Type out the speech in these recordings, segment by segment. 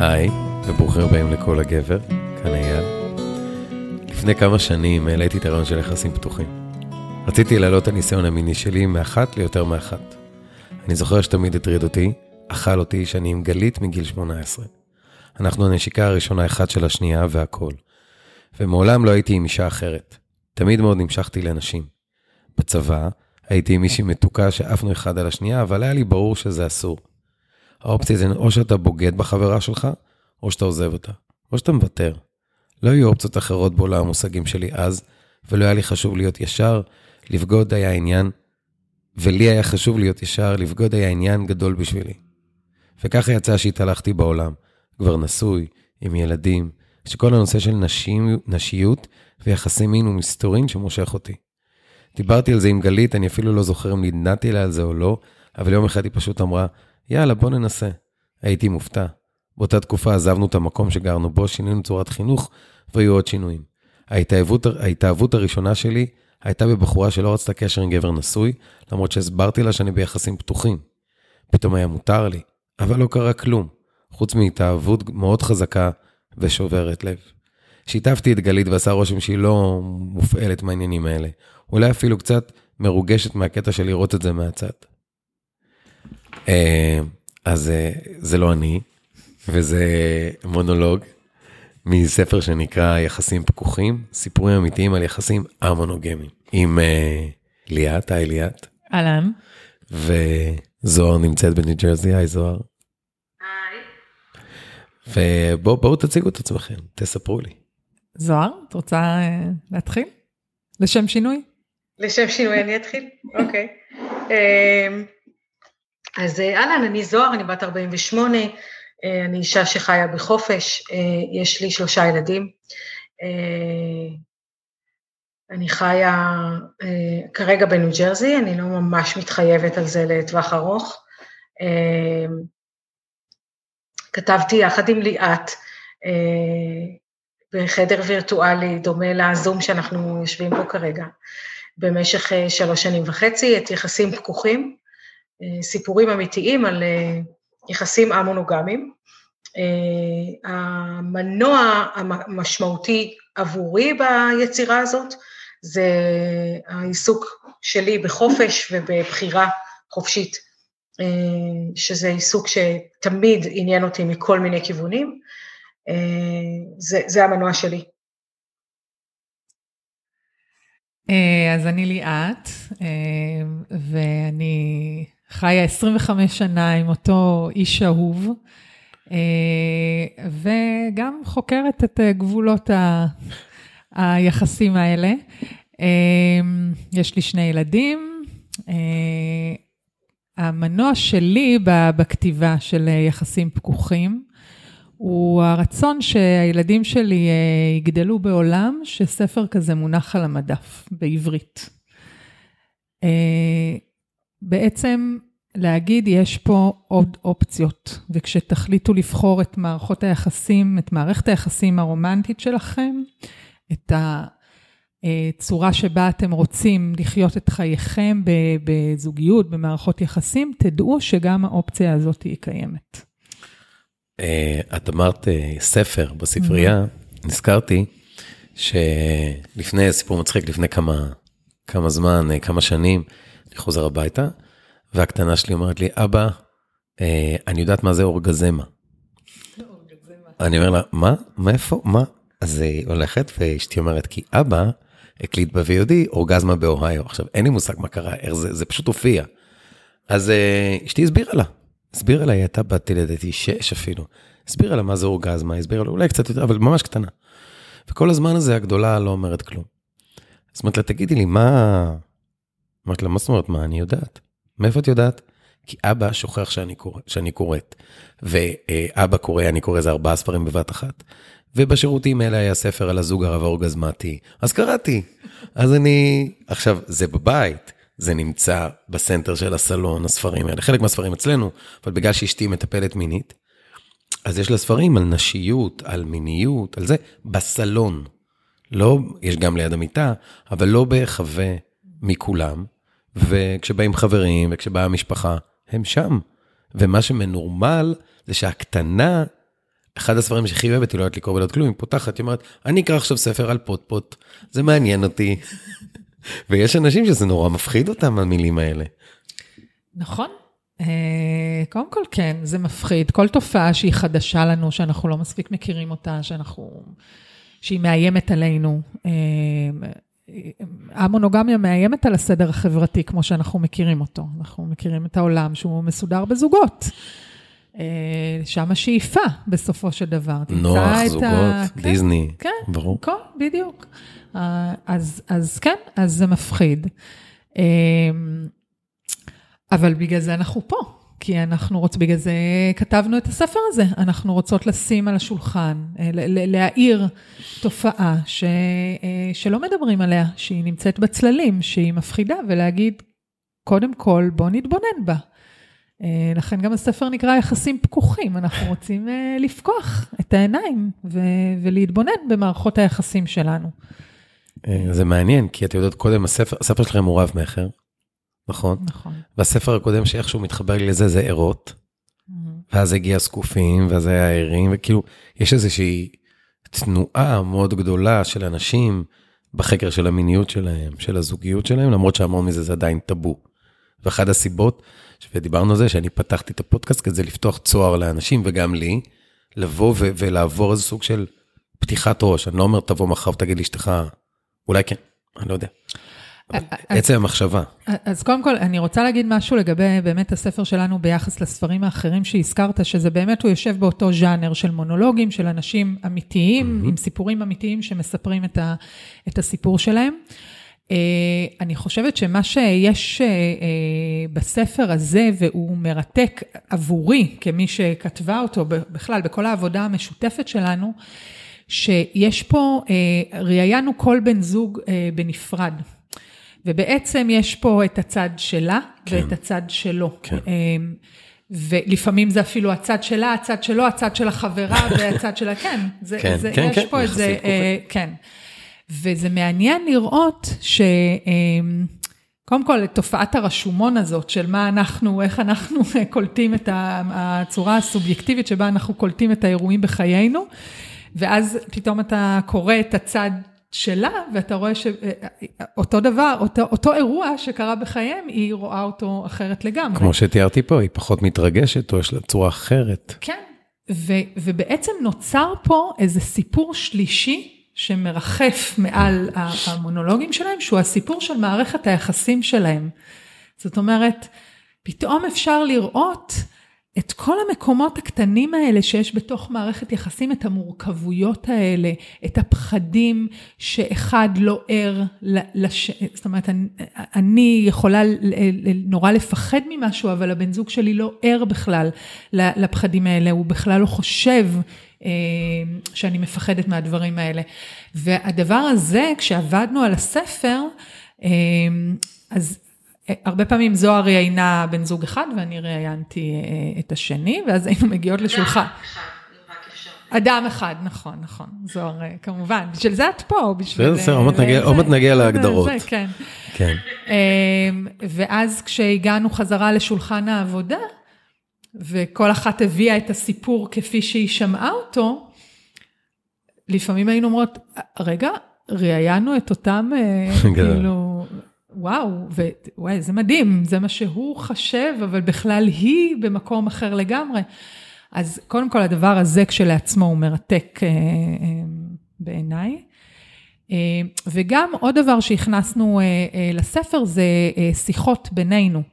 היי, וברוכים הבאים לכל הגבר, כאן אייל. לפני כמה שנים העליתי את הרעיון של יחסים פתוחים. רציתי להעלות את הניסיון המיני שלי מאחת ליותר מאחת. אני זוכר שתמיד הטריד אותי, אכל אותי שאני עם גלית מגיל 18. אנחנו הנשיקה הראשונה אחד של השנייה והכל. ומעולם לא הייתי עם אישה אחרת. תמיד מאוד נמשכתי לנשים. בצבא הייתי עם מישהי מתוקה שאפנו אחד על השנייה, אבל היה לי ברור שזה אסור. האופציה זה או שאתה בוגד בחברה שלך, או שאתה עוזב אותה, או שאתה מוותר. לא היו אופציות אחרות בעולם המושגים שלי אז, ולא היה לי חשוב להיות ישר, לבגוד היה עניין, ולי היה חשוב להיות ישר, לבגוד היה עניין גדול בשבילי. וככה יצא שהתהלכתי בעולם, כבר נשוי, עם ילדים, שכל הנושא של נשיות ויחסים מין ומסתורין שמושך אותי. דיברתי על זה עם גלית, אני אפילו לא זוכר אם נדנתי לה על זה או לא, אבל יום אחד היא פשוט אמרה, יאללה, בוא ננסה. הייתי מופתע. באותה תקופה עזבנו את המקום שגרנו בו, שינינו צורת חינוך, והיו עוד שינויים. ההתאהבות הראשונה שלי הייתה בבחורה שלא רצתה קשר עם גבר נשוי, למרות שהסברתי לה שאני ביחסים פתוחים. פתאום היה מותר לי, אבל לא קרה כלום, חוץ מהתאהבות מאוד חזקה ושוברת לב. שיתפתי את גלית ועשה רושם שהיא לא מופעלת מהעניינים האלה. אולי אפילו קצת מרוגשת מהקטע של לראות את זה מהצד. אז זה לא אני, וזה מונולוג מספר שנקרא יחסים פקוחים, סיפורים אמיתיים על יחסים המונוגמיים, עם ליאת, היי ליאת. אהלן. וזוהר נמצאת בניו ג'רזי, היי זוהר. היי. ובואו תציגו את עצמכם, תספרו לי. זוהר, את רוצה להתחיל? לשם שינוי? לשם שינוי אני אתחיל? אוקיי. אז אהלן, אני זוהר, אני בת 48, אני אישה שחיה בחופש, יש לי 3 ילדים. אני חיה כרגע בניו ג'רזי, אני לא ממש מתחייבת על זה לטווח ארוך. כתבתי יחד עם ליאת, בחדר וירטואלי דומה לזום שאנחנו יושבים פה כרגע, במשך 3.5 שנים, את יחסים פקוחים, סיפורים אמיתיים על יחסים המונוגמיים. המנוע המשמעותי עבורי ביצירה הזאת, זה העיסוק שלי בחופש ובבחירה חופשית, שזה עיסוק שתמיד עניין אותי מכל מיני כיוונים, זה המנוע שלי. אז אני ליאת, ואני חיה 25 שנה עם אותו איש אהוב, וגם חוקרת את גבולות היחסים האלה. יש לי 2 ילדים. המנוע שלי בכתיבה של יחסים פקוחים, הוא הרצון שהילדים שלי יגדלו בעולם, שספר כזה מונח על המדף בעברית. בעצם להגיד יש פה עוד אופציות, וכשתחליטו לבחור את מערכות היחסים, את מערכת היחסים הרומנטית שלכם, את הצורה שבה אתם רוצים לחיות את חייכם בזוגיות, במערכות יחסים, תדעו שגם האופציה הזאת היא קיימת. את אמרת ספר בספרייה, נזכרתי שלפני סיפור מצחיק, לפני כמה זמן, כמה שנים, אני חוזר הביתה, והקטנה שלי אומרת לי, אבא, אני יודעת מה זה אורגזמה. אני אומר לה, מה? מאיפה? מה? אז היא הולכת, ואשתי אומרת, כי אבא הקליט ב-VOD אורגזמה באוהיו. עכשיו, אין לי מושג מה קרה, זה פשוט הופיע. אז אשתי הסבירה לה, היא הייתה בת לדעתי 6 אפילו, הסבירה לה מה זה אורגזמה, הסבירה לה אולי קצת יותר, אבל ממש קטנה. וכל הזמן הזה הגדולה לא אומרת כלום. אז אומרת לה, תגידי לי, מה? אמרת לה, מה זאת אומרת, מה אני יודעת? מאיפה את יודעת? כי אבא שוכח שאני קוראת, ואבא קורא, אני קורא איזה 4 ספרים בבת אחת, ובשירותים האלה היה ספר על הזוג הרב האורגזמטי, אז קראתי. אז עכשיו, זה בבית, זה נמצא בסנטר של הסלון, הספרים האלה, חלק מהספרים אצלנו, אבל בגלל שאשתי מטפלת מינית, אז יש לה ספרים על נשיות, על מיניות, על זה, בסלון. לא, יש גם ליד המיטה, אבל לא בחווה מכולם, וכשבאים חברים, וכשבאה המשפחה, הם שם. ומה שמנורמל, זה שהקטנה אחד הספרים שהכי אוהבת, היא לא יודעת לקרוא ולא כלום, היא פותחת, היא אומרת, אני אקרא עכשיו ספר על פוט-פוט, זה מעניין אותי. ויש אנשים שזה נורא מפחיד אותם, המילים האלה. נכון. קודם כל כן, זה מפחיד. כל תופעה שהיא חדשה לנו, שאנחנו לא מספיק מכירים אותה, שהיא מאיימת עלינו. המונוגמיה מאיימת על הסדר החברתי, כמו שאנחנו מכירים אותו. אנחנו מכירים את העולם שהוא מסודר בזוגות. שם השאיפה בסופו של דבר. נוח, זוגות, דיזני, ברור. כן, בדיוק. אז כן, אז זה מפחיד. אבל בגלל זה אנחנו פה, כי בגלל זה כתבנו את הספר הזה, אנחנו רוצות לשים על השולחן, להעיר תופעה שלא מדברים עליה, שהיא נמצאת בצללים, שהיא מפחידה, ולהגיד, קודם כל, בוא נתבונן בה. לכן גם הספר נקרא יחסים פקוחים, אנחנו רוצים לפקוח את העיניים, ולהתבונן במערכות היחסים שלנו. זה מעניין, כי את יודעת קודם, הספר שלכם הוא רב מחר, נכון? נכון. והספר הקודם שאיכשהו מתחבר לי לזה, זה עירות, ואז הגיע סקופים, ואז היה עירים, וכאילו, יש איזושהי תנועה מאוד גדולה של אנשים, בחקר של המיניות שלהם, של הזוגיות שלהם, למרות שהמון מזה זה עדיין טאבו. ואחד הסיבות, ודיברנו על זה, שאני פתחתי את הפודקאסט, כזה לפתוח צוהר לאנשים, וגם לי, לבוא ולעבור איזה סוג של פתיחת ראש. אני לא אומר, תבוא מחר ותגיד לאשתך, אולי כן, אני לא יודע. עצם המחשבה. אז קודם כל, אני רוצה להגיד משהו לגבי באמת הספר שלנו ביחס לספרים האחרים שהזכרת, שזה באמת הוא יושב באותו ז'אנר של מונולוגים, של אנשים אמיתיים, עם סיפורים אמיתיים שמספרים את הסיפור שלהם. אני חושבת שמה שיש בספר הזה, והוא מרתק עבורי, כמי שכתבה אותו בכלל, בכל העבודה המשותפת שלנו, שיש פה, ראיינו כל בן זוג בנפרד. ובעצם יש פה את הצד שלה, כן. ואת הצד שלו. כן. ולפעמים זה אפילו הצד שלה, הצד שלו, הצד של החברה, והצד שלה, כן. כן, יש כן, פה את זה, כן. וזה מעניין לראות קודם כל, תופעת הרשומון הזאת, של איך אנחנו קולטים את הצורה הסובייקטיבית, שבה אנחנו קולטים את האירועים בחיינו, ואז פתאום אתה קורא את הצד שלה, ואתה רואה שאותו דבר, אותו אירוע שקרה בחייהם, היא רואה אותו אחרת לגמרי. כמו שתיארתי פה, היא פחות מתרגשת, או יש לה צורה אחרת. כן, ובעצם נוצר פה איזה סיפור שלישי, שמרחף מעל המונולוגים שלהם, שהוא הסיפור של מערכת היחסים שלהם. זאת אומרת, פתאום אפשר לראות את כל המקומות הקטנים האלה שיש בתוך מערכת יחסים, את המורכבויות האלה, את הפחדים שאחד לא ער, זאת אומרת, אני יכולה נורא לפחד ממשהו, אבל הבן זוג שלי לא ער בכלל לפחדים האלה, הוא בכלל לא חושב שאני מפחדת מהדברים האלה. והדבר הזה, כשעבדנו על הספר, אז הרבה פעמים זוהר ראיינה בן זוג אחד, ואני ראיינתי את השני, ואז היינו מגיעות לשולחן. אדם אחד, נכון. זוהר, כמובן. בשביל זה את פה. בסדר, עוד נגיע להגדרות. כן. כן. ואז כשהגענו חזרה לשולחן העבודה, וכל אחת הביאה את הסיפור כפי שהיא שמעה אותו, לפעמים היינו אומרות, רגע, ראיינו את אותם, כאילו, וואי, זה מדהים, זה מה שהוא חשב, אבל בכלל היא במקום אחר לגמרי. אז קודם כל הדבר הזה כשלעצמו הוא מרתק בעיניי. וגם עוד דבר שהכנסנו לספר זה שיחות בינינו.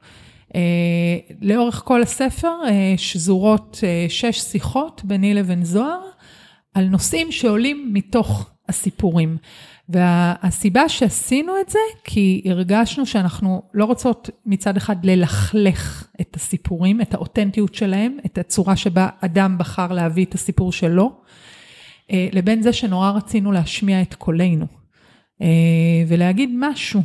לאורך כל הספר שזורות 6 שיחות ביני לבין זוהר, על נושאים שעולים מתוך הסיפורים. והסיבה שעשינו את זה, כי הרגשנו שאנחנו לא רוצות מצד אחד ללכלך את הסיפורים, את האותנטיות שלהם, את הצורה שבה אדם בחר להביא את הסיפור שלו, לבין זה שנורא רצינו להשמיע את קולנו, ולהגיד משהו,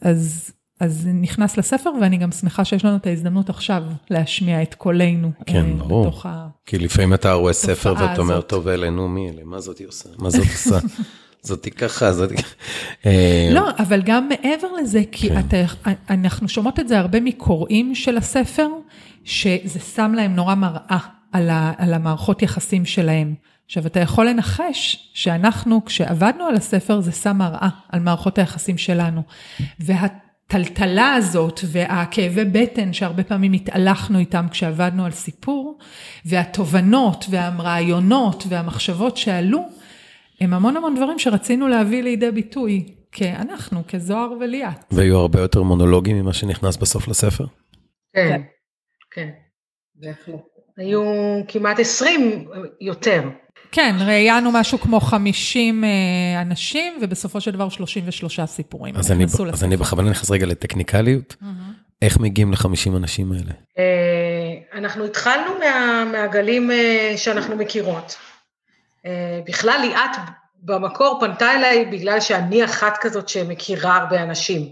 אז נכנס לספר, ואני גם שמחה שיש לנו את ההזדמנות עכשיו להשמיע את קולנו. כן, ברור. כי לפעמים אתה רואה ספר ואתה אומר, טוב, אלינו, מי אלה? מה זאת עושה? מה זאת עושה? זאתי ככה, זאתי ככה. לא, אבל גם מעבר לזה, כי אנחנו שומעות את זה הרבה מקוראים של הספר, שזה שם להם נורא מראה על המערכות יחסים שלהם. עכשיו, אתה יכול לנחש שאנחנו, כשעבדנו על הספר, זה שם מראה על מערכות היחסים שלנו. והטלטלה הזאת והכאבי בטן, שהרבה פעמים התהלכנו איתם כשעבדנו על סיפור, והתובנות והרעיונות והמחשבות שעלו, הם המון המון דברים שרצינו להביא לידי ביטוי, כאנחנו, כזוהר וליאת. והיו הרבה יותר מונולוגים ממה שנכנס בסוף לספר? כן, כן. בהחלט. היו כמעט 20 יותר. כן, ראיינו משהו כמו 50 אנשים, ובסופו של דבר 33 סיפורים. אז אני בכוונה נכנס רגע לטכניקליות. איך מגיעים ל-50 אנשים האלה? אנחנו התחלנו מהגלים שאנחנו מכירות. בכלל ליאת במקור פנתה אליי, בגלל שאני אחת כזאת שמכירה הרבה אנשים.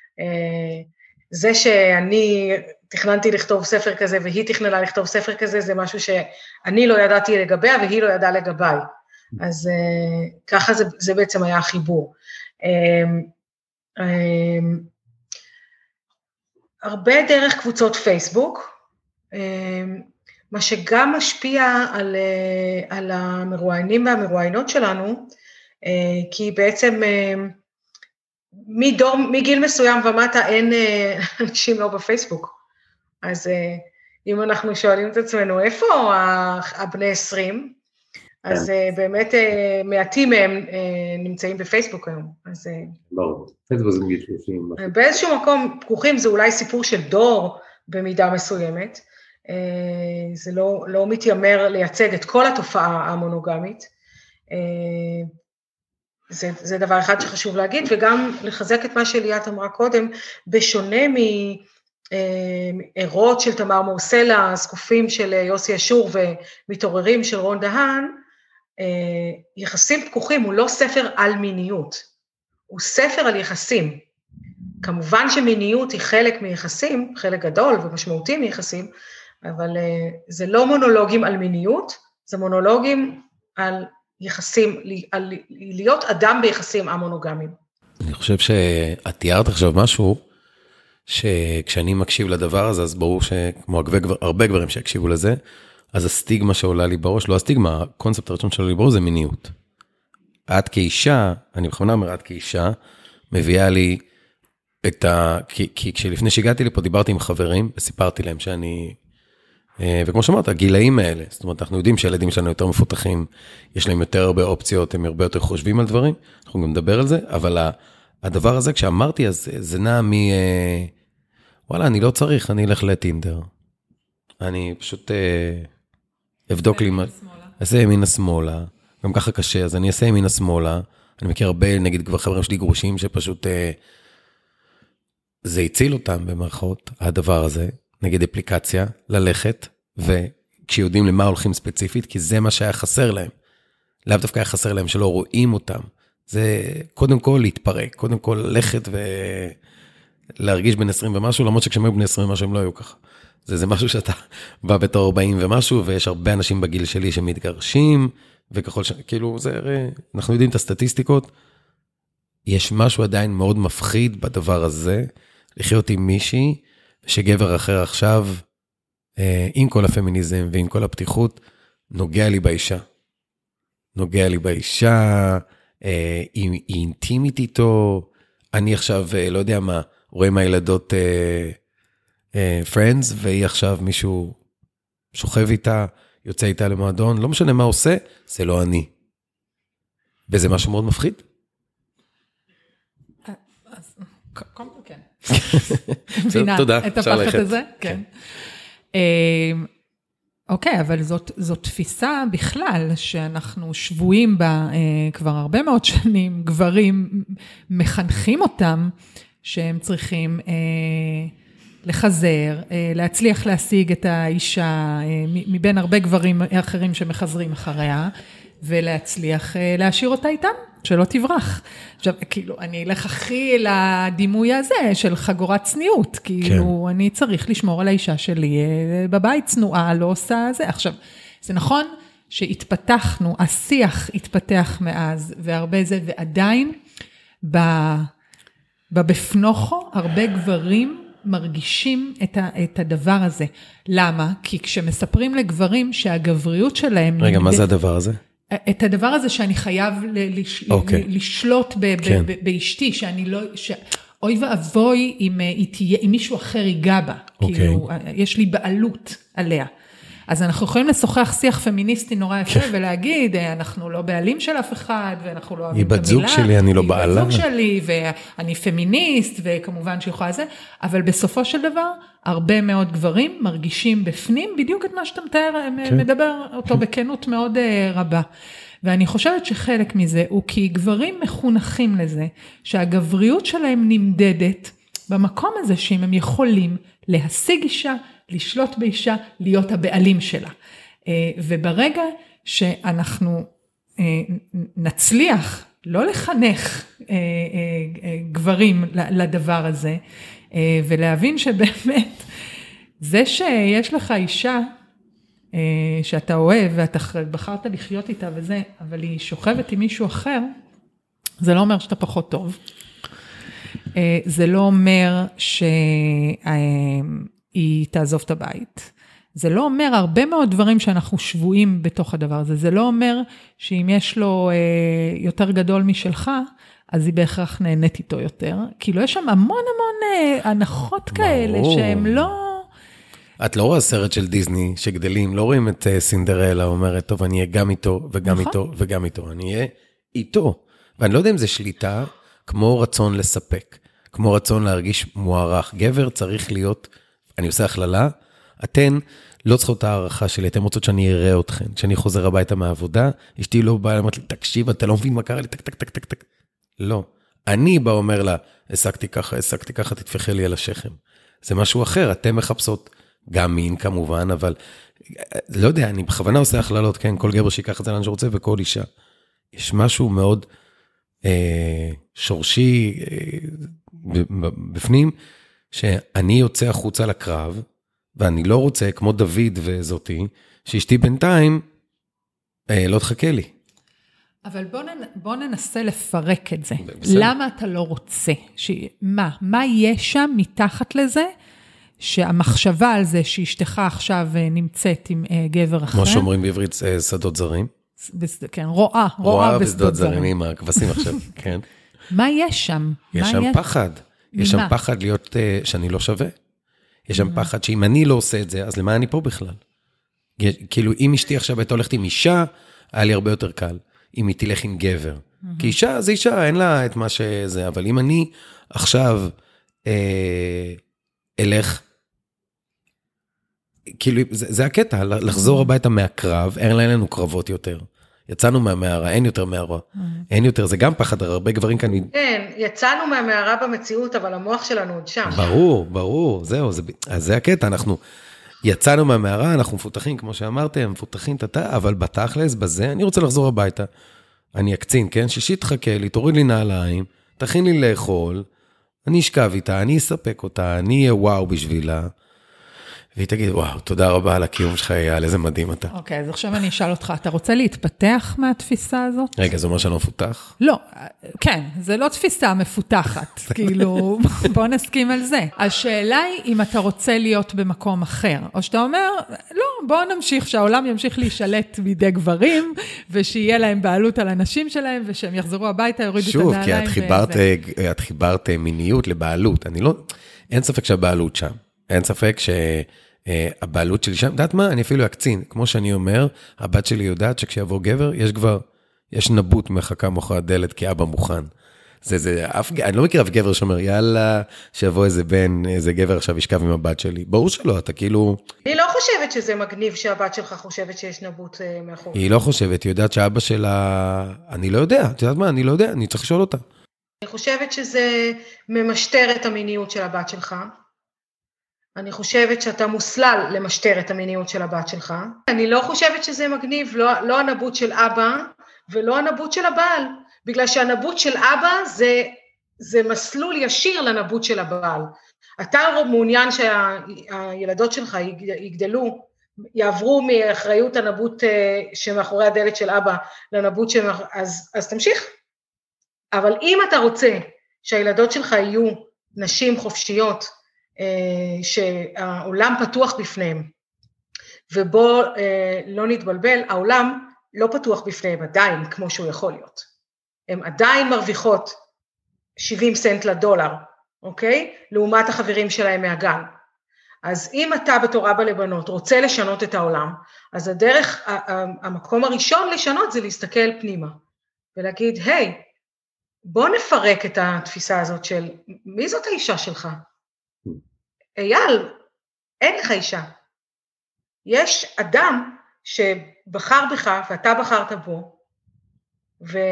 זה שאני תכננתי לכתוב ספר כזה, והיא תכננה לכתוב ספר כזה, זה משהו שאני לא ידעתי לגביה, והיא לא ידעה לגביי. אז ככה זה בעצם היה החיבור. הרבה דרך קבוצות פייסבוק, מה שגם משפיע על המרואיינים והמרואיינות שלנו, כי בעצם מגיל מסוים ומטה אין אנשים לא בפייסבוק. אז אם אנחנו שואלים את עצמנו, איפה הבני 20? אז באמת מעטים מהם נמצאים בפייסבוק היום. ברור, פייסבוק זה מגיל 30. באיזשהו מקום פקוחים זה אולי סיפור של דור במידה מסוימת, זה לא מתיימר לייצג את כל התופעה המונוגמית, זה דבר אחד שחשוב להגיד, וגם לחזק את מה שליאת אמרה קודם, בשונה מעירות של תמר מורסלה, סקופים של יוסי אשור ומתעוררים של רון דהן, יחסים פקוחים הוא לא ספר על מיניות, הוא ספר על יחסים. כמובן שמיניות היא חלק מיחסים, חלק גדול ומשמעותי מיחסים, אבל זה לא מונולוגים על מיניות, זה מונולוגים על יחסים, על להיות אדם ביחסים המונוגמיים. אני חושב שאת תיארת עכשיו משהו, שכשאני מקשיב לדבר הזה, אז ברור שכמו הרבה גברים שיקשיבו לזה, אז הסטיגמה שעולה לי בראש, לא הסטיגמה, הקונספט הראשון שעולה לי בראש זה מיניות. את כאישה, אני בכוונה אומר, את כאישה, מביאה לי כי כשלפני שהגעתי לפה, דיברתי עם חברים, וסיפרתי להם שאני, וכמו שאמרת, הגילאים האלה, זאת אומרת, אנחנו יודעים שהילדים שלנו יותר מפותחים, יש להם יותר הרבה אופציות, הם הרבה יותר חושבים על דברים, אנחנו גם נדבר על זה, אבל הדבר הזה, כשאמרתי, אז זה נע וואלה, אני לא צריך, אני אלך לטינדר. אני פשוט אבדוק לי מה, אעשה ימינה שמאלה, גם ככה קשה, אז אני אעשה ימינה שמאלה, אני מכיר הרבה, נגיד כבר חברים שלי גרושים, שפשוט זה הציל אותם במרכאות, הדבר הזה, נגיד אפליקציה, ללכת, וכשיודעים למה הולכים ספציפית, כי זה מה שהיה חסר להם. לאו דווקא היה חסר להם שלא רואים אותם. זה קודם כל להתפרק, קודם כל ללכת ולהרגיש בין 20 ומשהו, למרות שכשהם היו בני 20 ומשהו הם לא היו ככה. זה משהו שאתה בא בתור 40 ומשהו, ויש הרבה אנשים בגיל שלי שמתגרשים, וככל כאילו זה, אנחנו יודעים את הסטטיסטיקות, יש משהו עדיין מאוד מפחיד בדבר הזה, לחיות עם מישהי, שגבר אחר עכשיו, עם כל הפמיניזם ועם כל הפתיחות, נוגע לי באישה. נוגע לי באישה, היא אינטימית איתו, אני עכשיו, לא יודע מה, רואה מהילדות friends, והיא עכשיו מישהו שוכב איתה, יוצא איתה למועדון, לא משנה מה עושה, זה לא אני. וזה משהו מאוד מפחיד. אז קודם כל כן. תודה, את הפחד הזה, כן. אוקיי, אבל זו תפיסה בכלל שאנחנו שבויים בה כבר הרבה מאוד שנים, גברים מחנכים אותם שהם צריכים לחזר, להצליח להשיג את האישה מבין הרבה גברים אחרים שמחזרים אחריה, ולהצליח להשאיר אותה איתם, שלא תברח. עכשיו, כאילו, אני אלך הכי לדימוי הזה של חגורת צניעות, כאילו, אני צריך לשמור על האישה שלי בבית צנועה, לא עושה זה. עכשיו, זה נכון שהתפתחנו, השיח התפתח מאז, והרבה זה, ועדיין, בבפנוכו, הרבה גברים מרגישים את הדבר הזה. למה? כי כשמספרים לגברים שהגבריות שלהם... רגע, מה זה הדבר הזה? את הדבר הזה שאני חייב לשלוט באשתי, שאני לא... אוי ואבוי אם מישהו אחר ייגע בה. כאילו, יש לי בעלות עליה. אז אנחנו יכולים לשוחח שיח פמיניסטי נורא יפה, ולהגיד, אנחנו לא בעלים של אף אחד, ואנחנו לא אוהבים את המילה. היא בת זוג שלי, אני לא בעלה. היא בת זוג שלי, ואני פמיניסט, וכמובן שיכולה זה, אבל בסופו של דבר, הרבה מאוד גברים מרגישים בפנים, בדיוק את מה שאתה מתאר, מדבר אותו בכנות מאוד רבה. ואני חושבת שחלק מזה, הוא כי גברים מחונכים לזה, שהגבריות שלהם נמדדת, במקום הזה שאם הם יכולים להשיג אישה, לשלוט באישה, להיות הבעלים שלה. וברגע שאנחנו נצליח לא לחנך גברים לדבר הזה, ולהבין שבאמת זה שיש לך אישה שאתה אוהב ואתה בחרת לחיות איתה וזה, אבל היא שוכבת עם מישהו אחר, זה לא אומר שאתה פחות טוב. זה לא אומר שהיא תעזוב את הבית. זה לא אומר הרבה מאוד דברים שאנחנו שבועים בתוך הדבר הזה. זה לא אומר שאם יש לו יותר גדול משלך, אז היא בהכרח נהנית איתו יותר. כאילו יש שם המון הנחות כאלה שהם לא... את לא רואה סרט של דיזני שגדלים, לא רואים את סינדרלה אומרת, טוב, אני אהיה גם איתו וגם איתו וגם איתו. אני אהיה איתו. ואני לא יודע אם זה שליטה, כמו רצון לספק, כמו רצון להרגיש מוערך. גבר צריך להיות, אני עושה הכללה, אתן לא צריכות את הערכה שלי, אתן רוצות שאני אראה אתכן. כשאני חוזר הביתה מהעבודה, אשתי לא באה, אמרת לי, תקשיב, אתה לא מבין מה קרה לי, טק, טק, טק, טק, טק. לא. אני בא אומר לה, עסקתי ככה, תתפחי לי על השכם. זה משהו אחר, אתן מחפשות גם מין כמובן, אבל לא יודע, אני בכוונה עושה הכללות, כן, כל גבר שיקח את זה לאן שרוצה, וכל אישה. יש משהו מאוד שורשי בפנים, שאני יוצא החוצה לקרב, ואני לא רוצה, כמו דוד וזאתי, שאשתי בינתיים לא תחכה לי. אבל בוא ננסה לפרק את זה. למה אתה לא רוצה? מה יש שם מתחת לזה, שהמחשבה על זה שאשתך עכשיו נמצאת עם גבר אחר? כמו שאומרים בעברית, שדות זרים. כן, רואה בשדות זרים. עם הכבשים עכשיו, כן. מה יש שם? יש שם פחד. יש שם פחד להיות שאני לא שווה. יש שם פחד שאם אני לא עושה את זה, אז למה אני פה בכלל? כאילו, אם אשתי עכשיו הייתה הולכת עם אישה, היה לי הרבה יותר קל. אם היא תלך עם גבר. כי אישה זה אישה, אין לה את מה שזה, אבל אם אני עכשיו אלך, כאילו, זה הקטע, לחזור הביתה מהקרב, אין לנו קרבות יותר. יצאנו מהמערה, אין יותר מערה. אין יותר, זה גם פחד, הרבה גברים כאן... כן, יצאנו מהמערה במציאות, אבל המוח שלנו עוד שם. ברור, זהו, אז זה הקטע, אנחנו יצאנו מהמערה, אנחנו מפותחים, כמו שאמרתם, מפותחים אבל בתכלס, בזה, אני רוצה לחזור הביתה. אני אקצין, כן? שישי תחכה לי, תוריד לי נעליים, תכין לי לאכול, אני אשכב איתה, אני אספק אותה, אני אהיה וואו בשבילה, והיא תגיד, וואו, תודה רבה על הקיום שלך, יאללה, איזה מדהים אתה. אוקיי, אז עכשיו אני אשאל אותך, אתה רוצה להתפתח מהתפיסה הזאת? רגע, זה אומר שאני לא מפותח? לא, כן, זה לא תפיסה מפותחת, כאילו, בוא נסכים על זה. השאלה היא אם אתה רוצה להיות במקום אחר, או שאתה אומר, לא, בוא נמשיך, שהעולם ימשיך להישלט בידי גברים, ושיהיה להם בעלות על הנשים שלהם, ושהם יחזרו הביתה, יורידו את הנעליים. שוב, כי את חיברת מיניות לבעלות, אין ספק שהבעלות שם. אין ספק שהבעלות שלי שם, יודעת מה? אני אפילו אקצין. כמו שאני אומר, הבת שלי יודעת שכשיבוא גבר, יש נבוט מחכה מוכר הדלת, כי אבא מוכן. אני לא מכיר אף גבר שאומר, יאללה, שיבוא איזה גבר עכשיו ישכב עם הבת שלי. ברור שלא, אתה כאילו... אני לא חושבת שזה מגניב שהבת שלך חושבת שיש נבוט מאחור. היא לא חושבת, היא יודעת שאבא שלה... אני לא יודע, את יודעת מה? אני לא יודע, אני צריך לשאול אותה. אני חושבת שזה ממשטר את המיניות של הבת שלך. אני חושבת שאתה מוסלל למשטר את המיניות של הבת שלך. אני לא חושבת שזה מגניב, לא הנבוט של אבא ולא הנבוט של הבעל, בגלל שהנבוט של אבא זה מסלול ישיר לנבוט של הבעל. אתה מעוניין שהילדות שלך יגדלו, יעברו מאחריות הנבוט שמאחורי הדלת של אבא לנבוט אז תמשיך. אבל אם אתה רוצה שהילדות שלך יהיו נשים חופשיות, שהעולם פתוח בפניהם, ובו לא נתבלבל, העולם לא פתוח בפניהם עדיין, כמו שהוא יכול להיות. הם עדיין מרוויחות 70 סנט לדולר, אוקיי? לעומת החברים שלהם מהגן. אז אם אתה בתורה בלבנות רוצה לשנות את העולם, אז הדרך, המקום הראשון לשנות זה להסתכל פנימה, ולהגיד, היי, בוא נפרק את התפיסה הזאת של, מי זאת האישה שלך? אייל, אין לך אישה. יש אדם שבחר בך, ואתה בחרת בו, וכל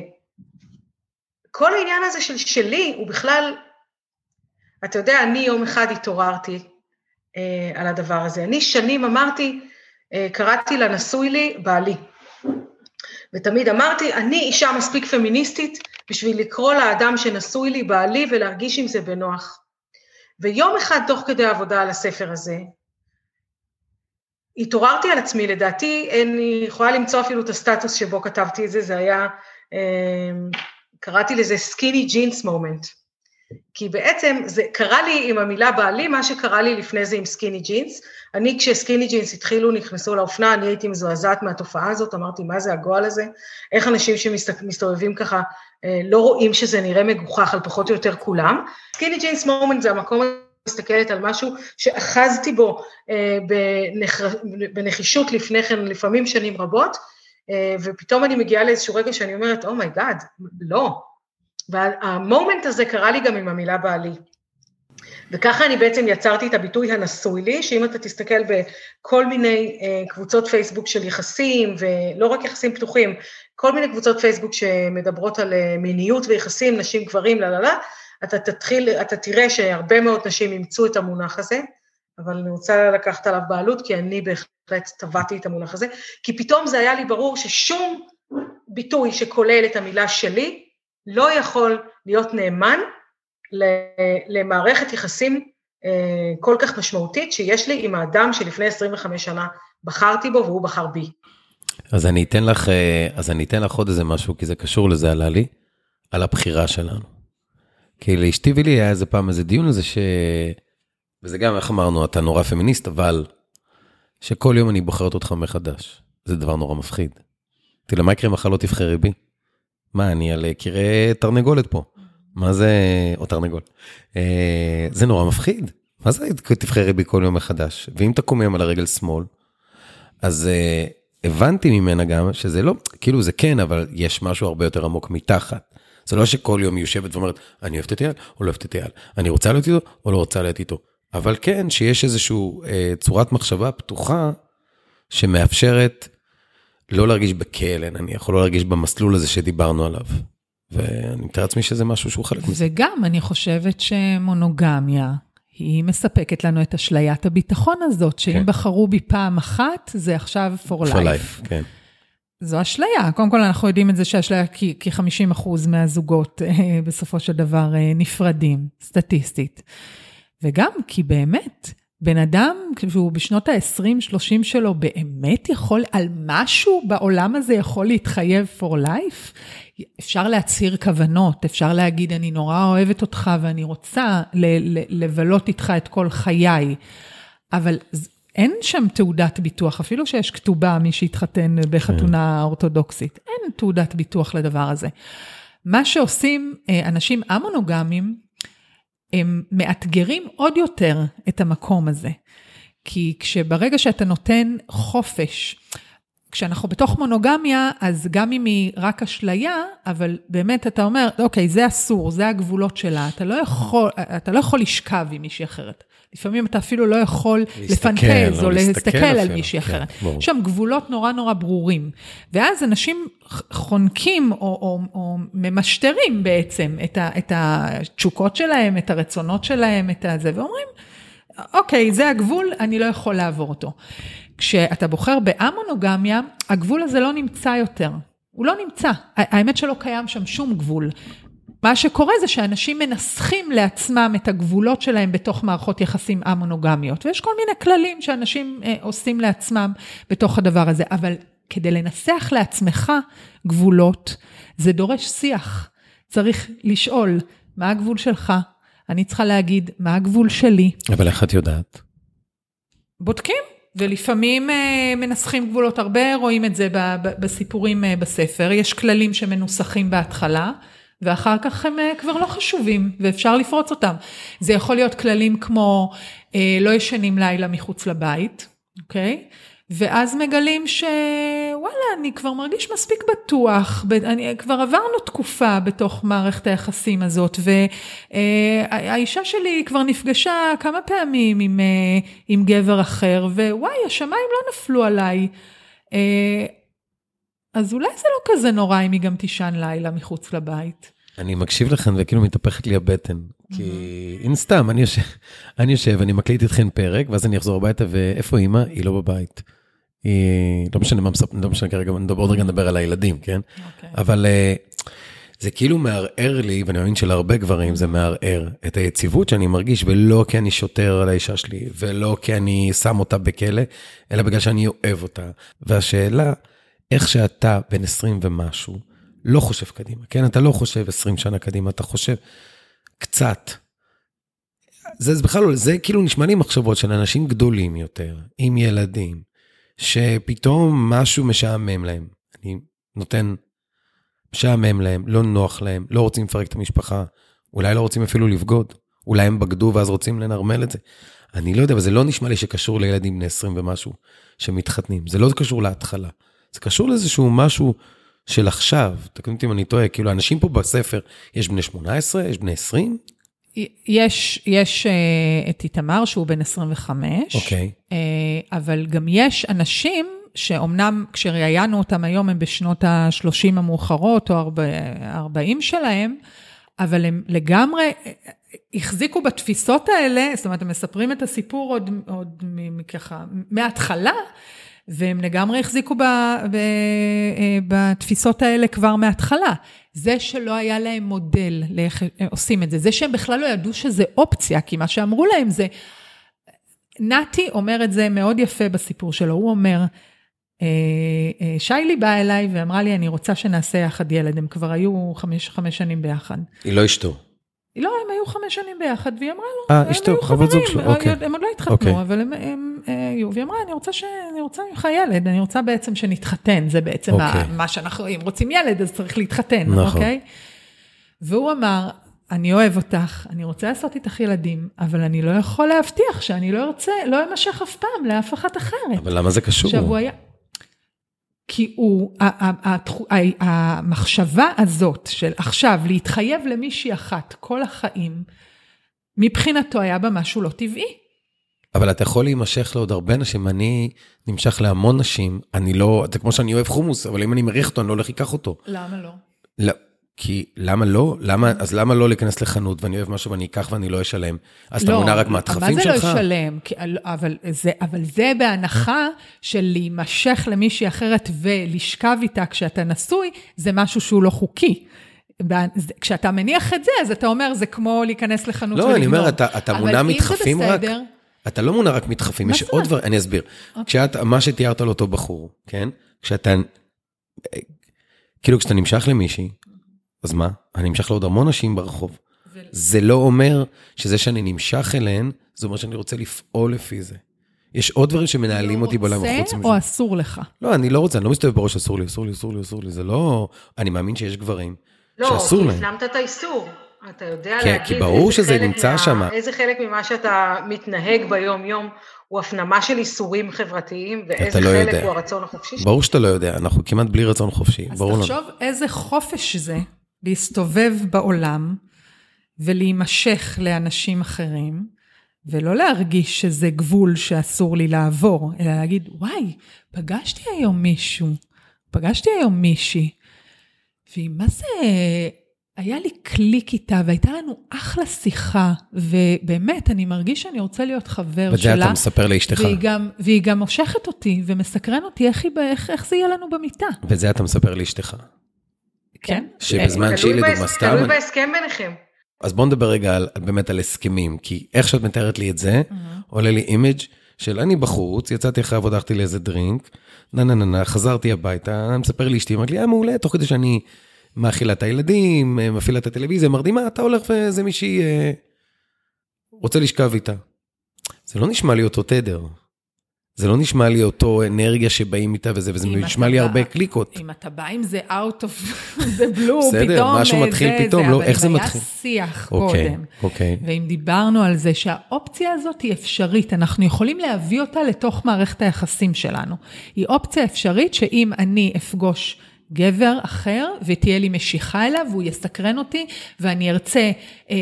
העניין הזה של שלי, הוא בכלל, אתה יודע, אני יום אחד התעוררתי על הדבר הזה. אני שנים אמרתי, קראתי לנשוי לי בעלי, ותמיד אמרתי, אני אישה מספיק פמיניסטית, בשביל לקרוא לאדם שנשוי לי בעלי, ולהרגיש עם זה בנוח. ויום אחד, תוך כדי העבודה על הספר הזה, התעוררתי על עצמי, לדעתי, אני יכולה למצוא אפילו את הסטטוס שבו כתבתי את זה, זה היה, קראתי לזה skinny jeans moment, כי בעצם זה קרה לי עם המילה בעלי, מה שקרה לי לפני זה עם skinny jeans, אני כשסקיני ג'ינס התחילו, נכנסו לאופנה, אני הייתי מזועזעת מהתופעה הזאת, אמרתי, מה זה הגועל הזה? איך אנשים שמסתובבים ככה, לא רואים שזה נראה מגוחך על פחות או יותר כולם? סקיני ג'ינס מומנט זה המקום מסתכלת על משהו שאחזתי בו בנחישות לפני כן, לפעמים שנים רבות, ופתאום אני מגיעה לאיזשהו רגע שאני אומרת, Oh my God, לא. והמומנט הזה קרה לי גם עם המילה בעלי. וככה אני בעצם יצרתי את הביטוי הנשוי לי, שאם אתה תסתכל בכל מיני קבוצות פייסבוק של יחסים, ולא רק יחסים פתוחים, כל מיני קבוצות פייסבוק שמדברות על מיניות ויחסים, נשים גברים, אתה תראה שהרבה מאוד נשים ימצאו את המונח הזה, אבל אני רוצה לקחת עליו בעלות, כי אני בהחלט טבעתי את המונח הזה, כי פתאום זה היה לי ברור ששום ביטוי שכולל את המילה שלי, לא יכול להיות נאמן למערכת יחסים כל כך משמעותית שיש לי עם האדם שלפני 25 שנה בחרתי בו והוא בחר בי. אז אני אתן לך עוד איזה משהו, כי זה קשור לזה, עלה לי, על הבחירה שלנו. כי לאשתי ולי היה איזה פעם איזה דיון הזה וזה גם, איך אמרנו, אתה נורא פמיניסט, אבל שכל יום אני בוחרת אותך מחדש. זה דבר נורא מפחיד. תראה, מה יקרה מחר לא תבחרי בי? מה, אני על קירי תרנגולת פה. מה זה, או תרנגול? זה נורא מפחיד. מה זה תבחרי בי כל יום מחדש? ואם תקום יום על הרגל שמאל, אז הבנתי ממנה גם שזה לא, כאילו זה כן, אבל יש משהו הרבה יותר עמוק מתחת. זה לא שכל יום היא יושבת ואומרת, אני אוהבת את אייל או לא אוהבת את אייל, אני רוצה להיות איתו או לא רוצה להיות איתו. אבל כן, שיש איזשהו צורת מחשבה פתוחה, שמאפשרת לא להרגיש בכלא, אני יכול לא להרגיש במסלול הזה שדיברנו עליו. ואני מתאר לעצמי שזה משהו שהוא חלק מזה. וגם אני חושבת שמונוגמיה, היא מספקת לנו את אשליית הביטחון הזאת, שאם בחרו בי פעם אחת, זה עכשיו for life. כן. זו אשליה. קודם כל אנחנו יודעים את זה שהאשליה, כי 50% מהזוגות בסופו של דבר נפרדים, סטטיסטית. וגם כי באמת, בן אדם, כשהוא בשנות ה-20-30 שלו, באמת יכול על משהו בעולם הזה יכול להתחייב for life? אפשר להצהיר כוונות, אפשר להגיד, אני נורא אוהבת אותך ואני רוצה לבלות איתך את כל חיי, אבל אין שם תעודת ביטוח, אפילו שיש כתובה מי שהתחתן בחתונה אורתודוקסית, אין תעודת ביטוח לדבר הזה. מה שעושים אנשים המונוגמים, הם מאתגרים עוד יותר את המקום הזה. כי כשברגע שאתה נותן חופש, כשאנחנו בתוך מונוגמיה, אז גם אם היא רק אשליה, אבל באמת אתה אומר, אוקיי, זה אסור, זה הגבולות שלה, אתה לא יכול לשכב עם מישהי אחרת. לפעמים אתה אפילו לא יכול לפנטז או להסתכל על מישהי אחרת. יש שם גבולות נורא נורא ברורים. ואז אנשים חונקים או ממשטרים בעצם את התשוקות שלהם, את הרצונות שלהם, את זה, ואומרים, אוקיי, זה הגבול, אני לא יכול לעבור אותו. כשאתה בוחר באמונוגמיה, הגבול הזה לא נמצא יותר. הוא לא נמצא. האמת שלא קיים שם שום גבול. מה שקורה זה שאנשים מנסחים לעצמם את הגבולות שלהם בתוך מערכות יחסים אמונוגמיות, ויש כל מיני כללים שאנשים עושים לעצמם בתוך הדבר הזה, אבל כדי לנסח לעצמך גבולות, זה דורש שיח. צריך לשאול, מה הגבול שלך? אני צריכה להגיד, מה הגבול שלי? אבל איך את יודעת? בודקים, ולפעמים מנסחים גבולות הרבה, רואים את זה בסיפורים בספר, יש כללים שמנוסחים בהתחלה, ואחר כך הם כבר לא חשובים, ואפשר לפרוץ אותם. זה יכול להיות כללים כמו, לא ישנים לילה מחוץ לבית, אוקיי? ואז מגלים שוואלה, אני כבר מרגיש מספיק בטוח, כבר עברנו תקופה בתוך מערכת היחסים הזאת, והאישה שלי כבר נפגשה כמה פעמים עם גבר אחר, ווואי, השמיים לא נפלו עליי. אז אולי זה לא כזה נורא אם היא גם תישן לילה מחוץ לבית. אני מקשיב לכם וכאילו מתהפכת לי הבטן, כי אין סתם, אני יושב, אני מקליט איתכן פרק, ואז אני אחזור הביתה, ואיפה אמא? היא לא בבית. לא משנה מה מספר, לא משנה כרגע, עוד רגע נדבר על הילדים, כן? אבל זה כאילו מערער לי, ואני מאמין שלהרבה גברים זה מערער את היציבות שאני מרגיש, ולא כי אני שוטר על האישה שלי, ולא כי אני שם אותה בכלא, אלא בגלל שאני אוהב אותה. והשאלה, איך שאתה בן 20 ומשהו, לא חושב קדימה, כן? אתה לא חושב 20 שנה קדימה, אתה חושב קצת. זה בכלל לא, זה כאילו נשמע לי מחשבות של אנשים גדולים יותר, עם ילדים, שפתאום משהו משעמם להם. אני נותן, משעמם להם, לא נוח להם, לא רוצים לפרק את המשפחה, אולי לא רוצים אפילו לבגוד, אולי הם בגדו ואז רוצים לנרמל את זה. אני לא יודע, אבל זה לא נשמע לי שקשור לילדים בני 20 ומשהו שמתחתנים. זה לא קשור להתחלה. זה קשור לאיזשהו משהו של עכשיו. תקנו אותי אם אני טועה, כאילו אנשים פה בספר, יש בני 18, יש בני 20? יש את איתמר שהוא בן 25, אוקיי. אבל גם יש אנשים שאומנם כשראיינו אותם היום הם בשנות ה-30 המאוחרות או 40 שלהם, אבל הם לגמרי החזיקו בתפיסות האלה, זאת אומרת הם מספרים את הסיפור עוד ככה מההתחלה, והם לגמרי החזיקו בתפיסות האלה כבר מההתחלה. זה שלא היה להם מודל לאיך עושים את זה, זה שהם בכלל לא ידעו שזה אופציה, כי מה שאמרו להם זה, נתי אומר את זה מאוד יפה בסיפור שלו, הוא אומר, שיילי באה אליי ואמרה לי, אני רוצה שנעשה יחד ילד, הם כבר היו 5 שנים ביחד. היא לא אשתו. לא, הם היו 5 שנים ביחד, והיא אמרה לו, הם היו חברים, הם עוד לא התחתנו, אבל הם היו, והיא אמרה, אני רוצה ממך ילד, אני רוצה בעצם שנתחתן, זה בעצם מה שאנחנו, אם רוצים ילד, אז צריך להתחתן, אוקיי? והוא אמר, אני אוהב אותך, אני רוצה לעשות איתך ילדים, אבל אני לא יכול להבטיח שאני לא ארצה, לא אמשך אף פעם לאף אחת אחרת. אבל למה זה קשור? עכשיו הוא היה... כי המחשבה הזאת של עכשיו להתחייב למישהי אחת כל החיים, מבחינתו היה בה משהו לא טבעי. אבל אתה יכול להימשך לעוד הרבה נשים, אני נמשך להמון נשים, אני לא, זה כמו שאני אוהב חומוס, אבל אם אני מריח אותו, אני לא הולך לקח אותו. למה לא? לא, כי למה לא? אז למה לא להיכנס לחנות ואני אוהב משהו ואני אקח ואני לא אשלם? אז אתה מונע רק מהדחפים שלך? מה זה לא אשלם? אבל זה בהנחה של להימשך למישהי אחרת ולשכב איתה כשאתה נשוי, זה משהו שהוא לא חוקי. כשאתה מניח את זה, אז אתה אומר, זה כמו להיכנס לחנות ולגמור. לא, אני אומר, אתה מונע מתחפים רק? אתה לא מונע רק מתחפים, יש עוד דבר, אני אסביר. מה שתיארת על אותו בחור, כן? כשאתה נמשך למישהי, אז מה? אני נמשך לעוד המון נשים ברחוב. זה לא אומר שזה שאני נמשך אליהן, זה אומר שאני רוצה לפעול לפי זה. יש עוד דברים שמנהלים אותי בעולם החוץ מזה. רוצה או אסור לך? לא, אני לא רוצה, אני לא מסתובב בראש, אסור לי. זה לא... אני מאמין שיש גברים שאסור להם. לא, הפנמת את האיסור. אתה יודע להגיד... כי ברור שזה נמצא שם. איזה חלק ממה שאתה מתנהג ביום-יום, הוא הפנמה של איסורים חברתיים, ואיזה חלק הוא הרצון החופשי? ברור שאתה לא יודע, אנחנו כמעט בלי רצון חופשי. אז תחשוב איזה חופש זה להסתובב בעולם, ולהימשך לאנשים אחרים, ולא להרגיש שזה גבול שאסור לי לעבור, אלא להגיד, וואי, פגשתי היום מישהי, ומה זה... היה לי קליק איתה, והייתה לנו אחלה שיחה, ובאמת, אני מרגיש שאני רוצה להיות חבר שלה. וזה אתה מספר לאשתך. והיא גם מושכת אותי, ומסקרן אותי איך זה יהיה לנו במיטה. וזה אתה מספר לאשתך. כן. שבזמן שהיא לדוגמה סתם... תלוי בהסכם ביניכם. אז בואו נדבר רגע באמת על הסכמים, כי איך שאת מתארת לי את זה, עולה לי אימג' של אני בחוץ, יצאתי אחרי עבודה, הלכתי לאיזה דרינק, חזרתי הביתה, מספר לי אשתי, אמרתי לי, מעולה, תוך כדי שאני מאכילה את הילדים, מפעילה את הטלוויזיה, אמרתי, מה, אתה הולך וזה מישהי רוצה לשכב איתה. זה לא נשמע לי אותו תדר. זה לא נשמע לי אותו אנרגיה שבאים איתה וזה נשמע לי הרבה קליקות. אם אתה בא עם זה out of the blue, בסדר, משהו מתחיל פתאום, לא, איך זה מתחיל? אבל היה שיח קודם. ואם דיברנו על זה שהאופציה הזאת היא אפשרית, אנחנו יכולים להביא אותה לתוך מערכת היחסים שלנו. היא אופציה אפשרית שאם אני אפגוש גבר אחר, ותהיה לי משיכה אליו, והוא יסקרן אותי, ואני ארצה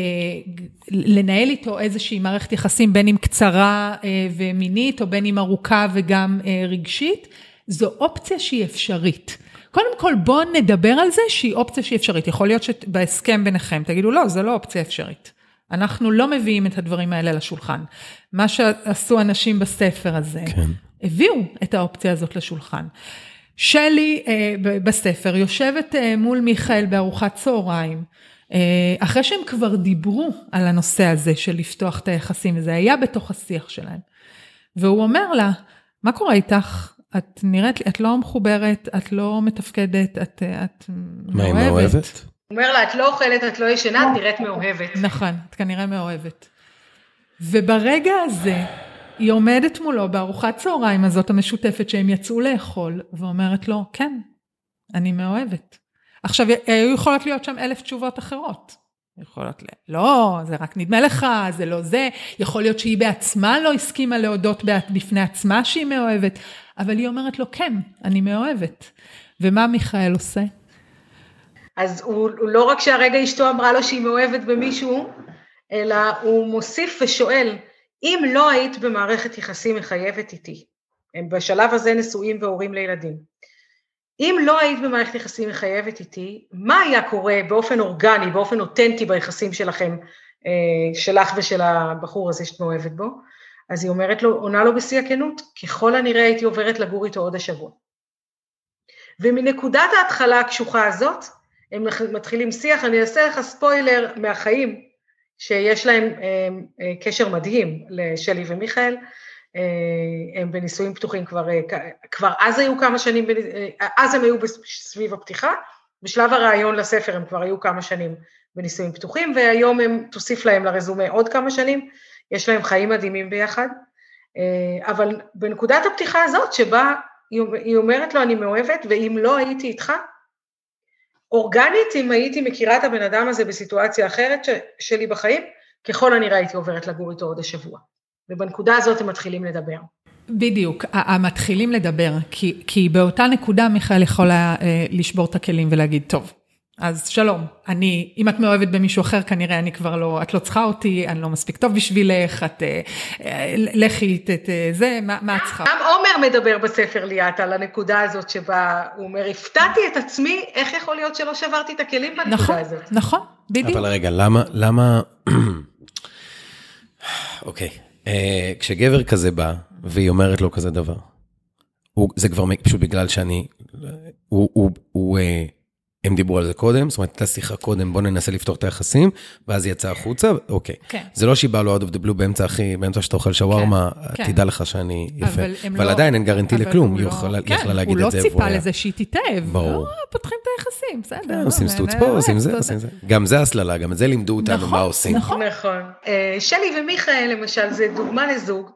לנהל איתו איזושהי מערכת יחסים, בין אם קצרה ומינית, או בין אם ארוכה וגם רגשית, זו אופציה שהיא אפשרית. קודם כל, בואו נדבר על זה שהיא אופציה שהיא אפשרית. יכול להיות שבהסכם ביניכם, תגידו, לא, זה לא אופציה אפשרית. אנחנו לא מביאים את הדברים האלה לשולחן. מה שעשו אנשים בספר הזה, כן. הביאו את האופציה הזאת לשולחן. שלי בספר יושבת מול מיכאל בארוחת צהריים, אחרי שהם כבר דיברו על הנושא הזה של לפתוח את היחסים, וזה היה בתוך השיח שלהם. והוא אומר לה, מה קורה איתך? את נראית לי, את לא מחוברת, את לא מתפקדת, את מה, היא מאוהבת? הוא אומר לה, את לא אוכלת, את לא ישנה, את נראית מאוהבת. נכון, את כנראה מאוהבת. וברגע הזה, היא עומדת מולו בארוחת צהריים הזאת המשותפת שהם יצאו לאכול, ואומרת לו, כן, אני מאוהבת. עכשיו, היו יכולות להיות שם 1000 תשובות אחרות. יכולות לא, זה רק נדמה לך, זה לא זה. יכול להיות שהיא בעצמה לא הסכימה להודות בפני עצמה שהיא מאוהבת, אבל היא אומרת לו, כן, אני מאוהבת. ומה מיכאל עושה? אז הוא לא רק שהרגע אשתו אמרה לו שהיא מאוהבת במישהו, אלא הוא מוסיף ושואל, אם לא היית במערכת יחסים מחייבת איתי, הם בשלב הזה נשואים והורים לילדים, אם לא היית במערכת יחסים מחייבת איתי, מה היה קורה באופן אורגני, באופן אותנטי ביחסים שלכם, שלך ושל הבחור הזה שאת מאוהבת בו? אז היא אומרת לו, עונה לו בשיא הכנות, ככל הנראה הייתי עוברת לגור איתו עוד השבוע. ומנקודת ההתחלה הקשוחה הזאת, הם מתחילים שיח, אני אעשה לך ספוילר מהחיים, שיש להם קשר מדהים לשלי ומיכאל, הם בנישואים פתוחים כבר אז היו כמה שנים, אז הם היו סביב הפתיחה, בשלב הרעיון לספר הם כבר היו כמה שנים בנישואים פתוחים, והיום הם תוסיף להם לרזומה עוד כמה שנים, יש להם חיים מדהימים ביחד, אבל בנקודת הפתיחה הזאת שבה היא אומרת לו אני מאוהבת, ואם לא הייתי איתך, אורגנית, אם הייתי מכירה את הבן אדם הזה בסיטואציה אחרת שלי בחיים, ככל הנראה הייתי עוברת לגור איתו עוד השבוע. ובנקודה הזאת הם מתחילים לדבר. בדיוק, המתחילים לדבר, כי באותה נקודה מיכאל יכול לשבור את הכלים ולהגיד, טוב, אז שלום, אם את מאוהבת במישהו אחר, כנראה אני כבר לא, את לא צריכה אותי, אני לא מספיק טוב בשבילך, את לכי את זה, מה את צריכה? גם עומר מדבר בספר ליאת על הנקודה הזאת שבה הוא אומר, הפתעתי את עצמי, איך יכול להיות שלא שברתי את הכלים בנקודה הזאת? נכון, בדיוק. אבל רגע, למה, אוקיי, כשגבר כזה בא, והיא אומרת לו כזה דבר, זה כבר פשוט בגלל שאני, הם דיברו על זה קודם, זאת אומרת, הייתה שיחה קודם, בוא ננסה לפתור את היחסים, ואז היא יצאה החוצה, אוקיי. כן. זה לא שהיא באה לו out of the blue באמצע שאתה אוכל שווארמה, תדע לך שאני יפה. אבל עדיין אין גרנטי לכלום, היא יכלה להגיד את זה. הוא לא ציפה לזה שהיא תתאהב. ברור. פותחים את היחסים, בסדר. עושים סטוץ פה, עושים זה. גם זה הסללה, גם את זה לימדו אותנו מה עושים. נכון. שלי ומיכאל, למשל, זה דוגמה לזוג,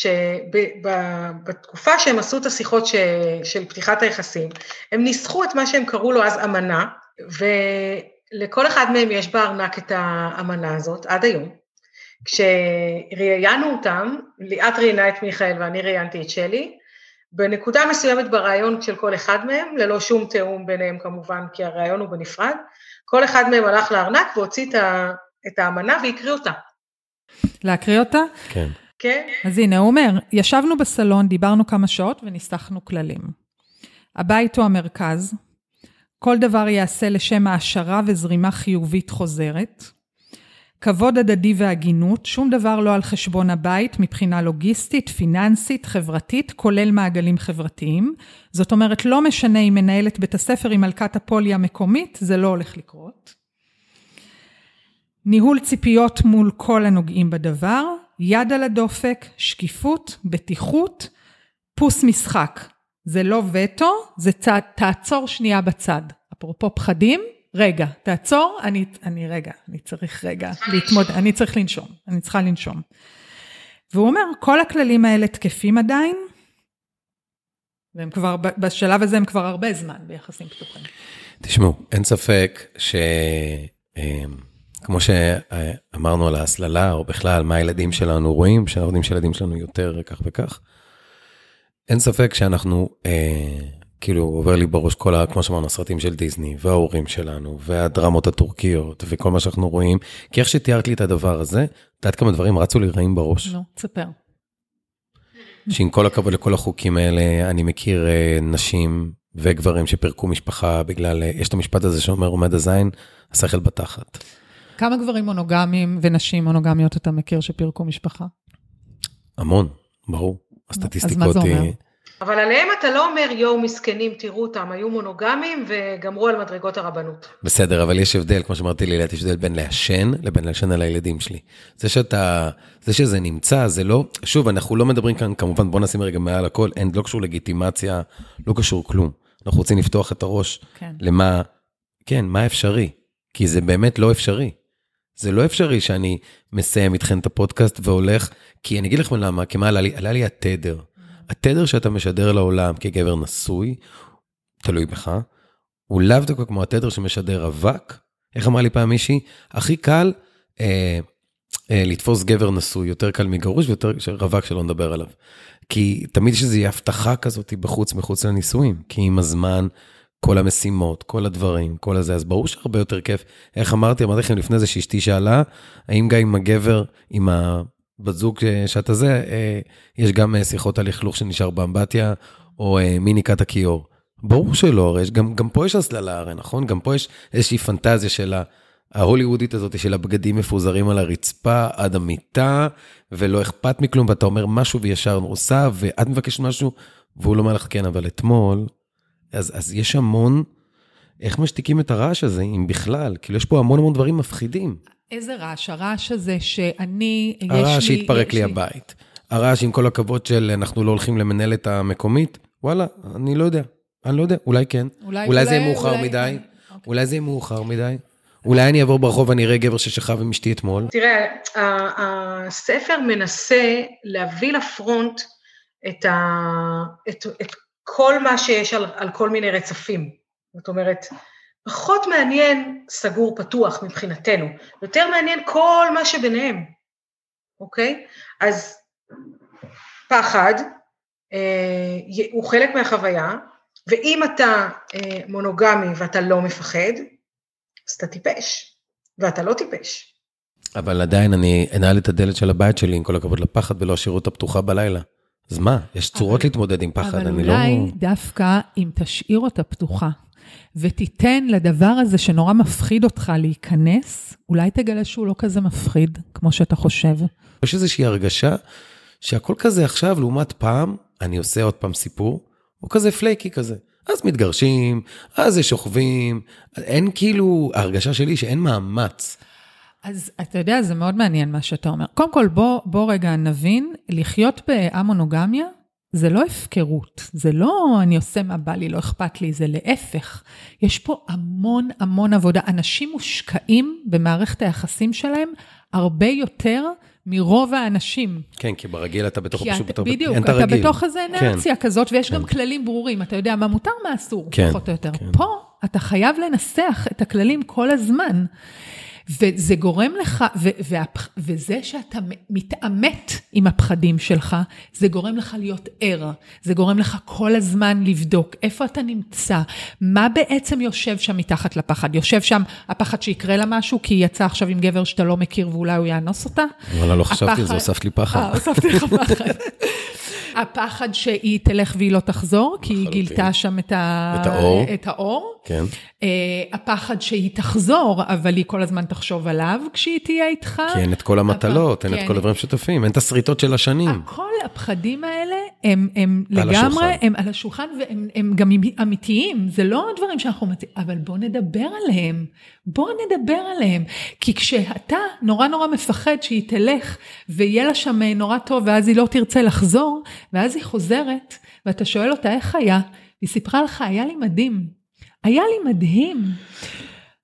שבתקופה שהם עשו את השיחות של פתיחת היחסים, הם ניסחו את מה שהם קראו לו אז אמנה, ולכל אחד מהם יש בארנק את האמנה הזאת, עד היום. כשראיינו אותם, ליאת ראיינה את מיכאל ואני ראיינתי את שלי, בנקודה מסוימת ברעיון של כל אחד מהם, ללא שום תאום ביניהם כמובן, כי הרעיון הוא בנפרד, כל אחד מהם הלך לארנק והוציא את האמנה והקריא אותה. להקריא אותה? כן. כן. אז הנה, הוא אומר, ישבנו בסלון, דיברנו כמה שעות וניסחנו כללים. הבית הוא המרכז, כל דבר יעשה לשם העשרה וזרימה חיובית חוזרת, כבוד הדדי והגינות, שום דבר לא על חשבון הבית, מבחינה לוגיסטית, פיננסית, חברתית, כולל מעגלים חברתיים. זאת אומרת, לא משנה אם מנהלת בית הספר עם מלכת הפולי המקומית, זה לא הולך לקרות. ניהול ציפיות מול כל הנוגעים בדבר, יד על הדופק, שקיפות, בטיחות, פוס משחק. זה לא וטו, זה תעצור שנייה בצד. אפרופו פחדים, רגע, תעצור, אני צריך רגע להתמודד, אני צריך לנשום, אני צריכה לנשום. והוא אומר, כל הכללים האלה תקפים עדיין, והם כבר, בשלב הזה הם כבר הרבה זמן ביחסים פתוחים. תשמעו, אין ספק כמו שאמרנו על ההסללה, או בכלל מה הילדים שלנו רואים, שאנחנו יודעים שהילדים שלנו יותר כך וכך, אין ספק שאנחנו, כאילו עובר לי בראש כמו שאמרנו, הסרטים של דיסני, וההורים שלנו, והדרמות הטורקיות, וכל מה שאנחנו רואים, כי איך שתיארת לי את הדבר הזה, תעת כמה דברים רצו לי רעים בראש. לא, תספר. שעם כל הכבוד לכל החוקים האלה, אני מכיר נשים וגברים שפרקו משפחה, בגלל, יש את המשפט הזה שאומר, עומד הזין, השכל בתחת. כמה גברים מונוגמיים ונשים מונוגמיות אתה מכיר שפרקו משפחה? המון, ברור. הסטטיסטיקות אז מה זה אומר? אבל עליהם אתה לא אומר, יואו מסכנים, תראו אותם, היו מונוגמים וגמרו על מדרגות הרבנות. בסדר, אבל יש הבדל, כמו שאמרתי לי, יש הבדל בין לעשן לבין לעשן על הילדים שלי. זה שזה נמצא, זה לא, שוב, אנחנו לא מדברים כאן, כמובן, בוא נשים רגע מעל הכל, אין, לא קשור לגיטימציה, לא קשור כלום. אנחנו רוצים לפתוח את הראש למה, כן, מה אפשרי, כי זה באמת לא אפשרי. זה לא אפשרי שאני מסיים איתכם את הפודקאסט והולך, כי אני אגיד לכם למה, כי מה עלה לי התדר. התדר שאתה משדר לעולם כגבר נשוי, תלוי בך, הוא לאו דווקא כמו התדר שמשדר אבק. איך אמרה לי פעם מישהי? הכי קל לתפוס גבר נשוי, יותר קל מגרוש ויותר רווק שלא נדבר עליו. כי תמיד יש איזו הבטחה כזאת מחוץ לנישואים, כי עם הזמן, כל המשימות, כל הדברים, כל הזה, אז ברור שהרבה יותר כיף. איך אמרתי לכם לפני זה שאשתי שאלה, האם גם עם הגבר, עם בת זוג שאתה זה, יש גם שיחות על לכלוך שנשאר באמבטיה, או מיניקת הכיור. ברור שלא, הרי גם פה יש הסללה, הרי נכון? גם פה יש איזושהי פנטזיה של ההוליוודית הזאת, של הבגדים מפוזרים על הרצפה, עד המיטה, ולא אכפת מכלום, ואתה אומר משהו וישר עושה, ואת מבקשת משהו, והוא לא אומר לך כן, אבל אתמול, אז יש המון, איך משתיקים את הרעש הזה, אם בכלל, כאילו יש פה המון דברים מפחידים. איזה רעש? הרעש הזה שאני, הרעש שהתפרק לי הבית. הרעש עם כל הכבוד של אנחנו לא הולכים למנהלת המקומית, וואלה, אני לא יודע, אולי כן. אולי זה יהיה מאוחר מדי, אולי זה יהיה מאוחר מדי. אולי אני אעבור ברחוב ואני אראה גבר ששכב עם אשתי אתמול. תראה, הספר מנסה להביא לפרונט את כל מה שיש על כל מיני רצפים. זאת אומרת, פחות מעניין סגור פתוח מבחינתנו, יותר מעניין כל מה שביניהם, אוקיי? אז פחד הוא חלק מהחוויה, ואם אתה מונוגמי ואתה לא מפחד, אז אתה טיפש, ואתה לא טיפש. אבל עדיין אני אנעל את הדלת של הבית שלי עם כל הכבוד לפחד ולא השאיר אותה פתוחה בלילה. אז מה? יש צורות להתמודד עם פחד, אני לא... אבל אולי דווקא אם תשאיר אותה פתוחה, ותיתן לדבר הזה שנורא מפחיד אותך להיכנס, אולי תגלה שהוא לא כזה מפחיד, כמו שאתה חושב. יש איזושהי הרגשה שהכל כזה עכשיו, לעומת פעם, אני עושה עוד פעם סיפור, הוא כזה פלייקי כזה. אז מתגרשים, אז שוכבים, אין כאילו, ההרגשה שלי שאין מאמץ. אז אתה יודע, זה מאוד מעניין מה שאתה אומר. קודם כל, בוא רגע נבין, לחיות באמונוגמיה, זה לא הפקרות, זה לא אני עושה מה בא לי, לא אכפת לי, זה להפך. יש פה המון עבודה. אנשים מושקעים במערכת היחסים שלהם הרבה יותר מרוב האנשים. כן, כי ברגיל אתה בתוך פשוט, בדיוק, אתה בתוך איזו אנרציה כזאת, ויש גם כללים ברורים, אתה יודע מה מותר, מה אסור, פחות או יותר. פה אתה חייב לנסח את הכללים כל הזמן, וזה גורם לך, וזה שאתה מתאמת עם הפחדים שלך, זה גורם לך להיות ער, זה גורם לך כל הזמן לבדוק איפה אתה נמצא, מה בעצם יושב שם מתחת לפחד, יושב שם הפחד שיקרה לה משהו, כי היא יצאה עכשיו עם גבר שאתה לא מכיר, ואולי הוא יאנוס אותה. אבל לא חשבתי, זה הוספת לי פחד. הוספתי לך פחד. הפחד שהיא תלך והיא לא תחזור, כי היא גילתה שם את האור. כן. הפחד שהיא תחזור, אבל היא כל הזמן תחשוב עליו כשהיא תהיה איתך. כי אין את כל המטלות, אין את כל הדברים שותפים, אין את הסריטות של השנים. כל הפחדים האלה הם לגמרי, הם על השולחן, והם גם אמיתיים, זה לא דברים שאנחנו מציעים, אבל בוא נדבר עליהם, כי כשאתה נורא מפחד שהיא תלך, ויהיה לה שם נורא טוב, ואז היא לא תרצה לחזור, ואז היא חוזרת, ואתה שואל אותה איך היה, היא סיפרה לך, היה לי מדהים,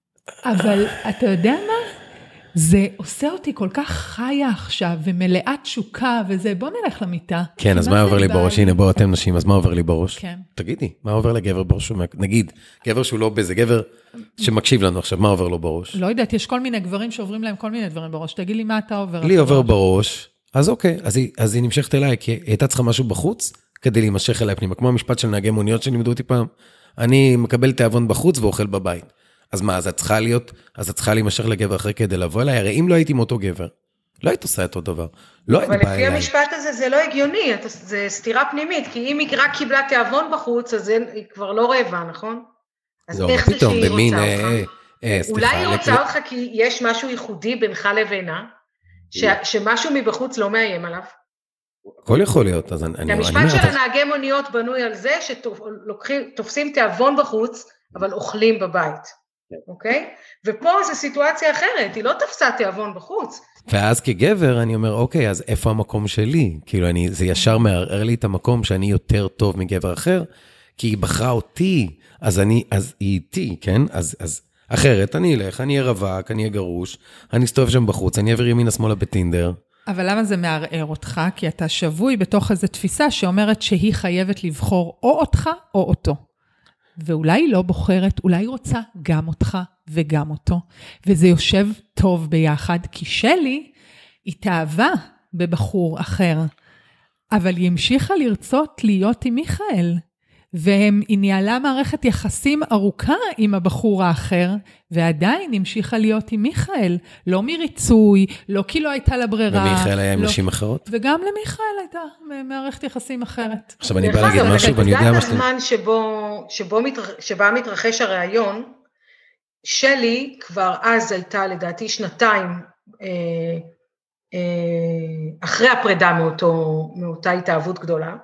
אבל אתה יודע מה? זה עושה אותי כל כך חיה עכשיו, ומלאת תשוקה, וזה, בוא נלך למיטה. כן, אז מה עובר לי בראש? הנה, בואו אתם נשים, אז מה עובר לי בראש? כן. תגידי, מה עובר לגבר בראש? נגיד, גבר שהוא לא בזה, גבר שמקשיב לנו עכשיו, מה עובר לו בראש? לא יודעת, יש כל מיני גברים שעוברים להם כל מיני דברים בראש. תגיד לי מה אתה עובר. לי עובר בראש, אז אוקיי, אז היא נמשכת אליי, כי הייתה צריכה משהו בחוץ, כדי להימשך אליי פנימה, כמו המשפט של נהגי מוניות שלימדו אותי פעם, אני מקבל תיאבון בחוץ ואוכל בבית. אז מה, אז את צריכה להימשך לגבר אחרי כדי לבוא אליי, הרי אם לא הייתי עם אותו גבר, לא היית עושה אותו דבר, לא היית באה אליי. אבל לפי המשפט הזה זה לא הגיוני, זה סתירה פנימית, כי אם היא רק קיבלה תיאבון בחוץ, אז היא כבר לא רעבה, נכון? אז איך זה שהיא רוצה אותך? אולי היא רוצה אותך כי יש משהו ייחודי בינך לבינה, שמשהו מבחוץ לא מאיים עליו? הכל יכול להיות, אז אני... המשפט של הנהגי מוניות בנוי על זה, שתופסים תיאבון בחוץ, אבל אוכלים בבית. אוקיי? ופה זו סיטואציה אחרת, היא לא תפסה תיאבון בחוץ. ואז כגבר אני אומר, אוקיי, אז איפה המקום שלי? כאילו, זה ישר מערער לי את המקום שאני יותר טוב מגבר אחר, כי היא בחרה אותי, אז היא איתי, כן? אז אחרת אני אלך, אני אהיה רווק, אני אהיה גרוש, אני אסתובב שם בחוץ, אני אעביר ימינה שמאלה בטינדר. אבל למה זה מערער אותך? כי אתה שבוי בתוך איזו תפיסה שאומרת שהיא חייבת לבחור או אותך או אותו. ואולי היא לא בוחרת, אולי היא רוצה גם אותך וגם אותו, וזה יושב טוב ביחד, כי שלי התאהבה בבחור אחר, אבל היא המשיכה לרצות להיות עם מיכאל, והיא ניהלה מערכת יחסים ארוכה עם הבחור האחר, ועדיין המשיכה להיות עם מיכאל, לא מריצוי, לא כי לא הייתה לה ברירה. ומיכאל היה עם נשים אחרות? וגם למיכאל הייתה מערכת יחסים אחרת. עכשיו אני בא להגיד משהו, ואני יודע מה שאתה... בזמן שבה מתרחש הרעיון, שלי כבר אז הייתה לדעתי שנתיים אחרי הפרידה מאותה התאהבות גדולה,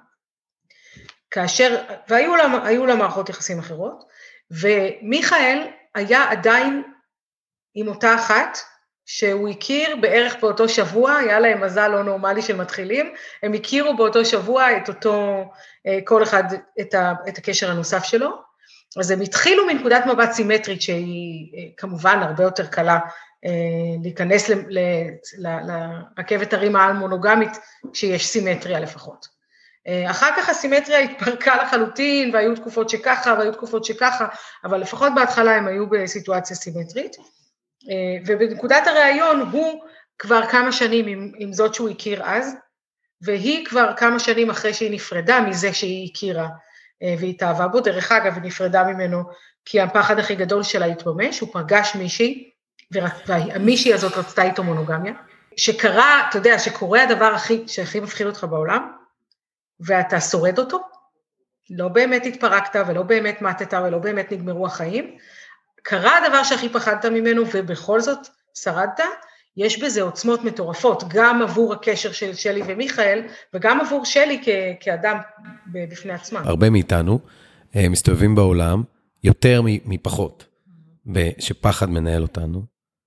והיו לה מערכות יחסים אחרות, ומיכאל היה עדיין עם אותה אחת, שהוא הכיר בערך באותו שבוע, היה להם מזל לא נורמלי של מתחילים, הם הכירו באותו שבוע את אותו, כל אחד את הקשר הנוסף שלו, אז הם התחילו מנקודת מבט סימטרית, שהיא כמובן הרבה יותר קלה, להיכנס לרכבת הרים העל-מונוגמית, כשיש סימטריה לפחות. אחר כך הסימטריה התפרקה לחלוטין, והיו תקופות שככה, והיו תקופות שככה, אבל לפחות בהתחלה הם היו בסיטואציה סימטרית, ובנקודת הרעיון הוא כבר כמה שנים עם זאת שהוא הכיר אז, והיא כבר כמה שנים אחרי שהיא נפרדה מזה שהיא הכירה, והיא התאהבה בו, דרך אגב, היא נפרדה ממנו, כי הפחד הכי גדול שלה התממש, הוא פגש מישהי, והמישהי הזאת רצתה איתו מונוגמיה, שקרה, אתה יודע, שקורה הדבר שהכי מפחיד אותך בעולם, ואתה שורד אותו, לא באמת התפרקת, ולא באמת מתת, ולא באמת נגמרו החיים, קרה הדבר שהכי פחדת ממנו, ובכל זאת שרדת, יש בזה עוצמות מטורפות, גם עבור הקשר של שלי ומיכאל, וגם עבור שלי כאדם בפני עצמם. הרבה מאיתנו מסתובבים בעולם, יותר מפחות, שפחד מנהל אותנו,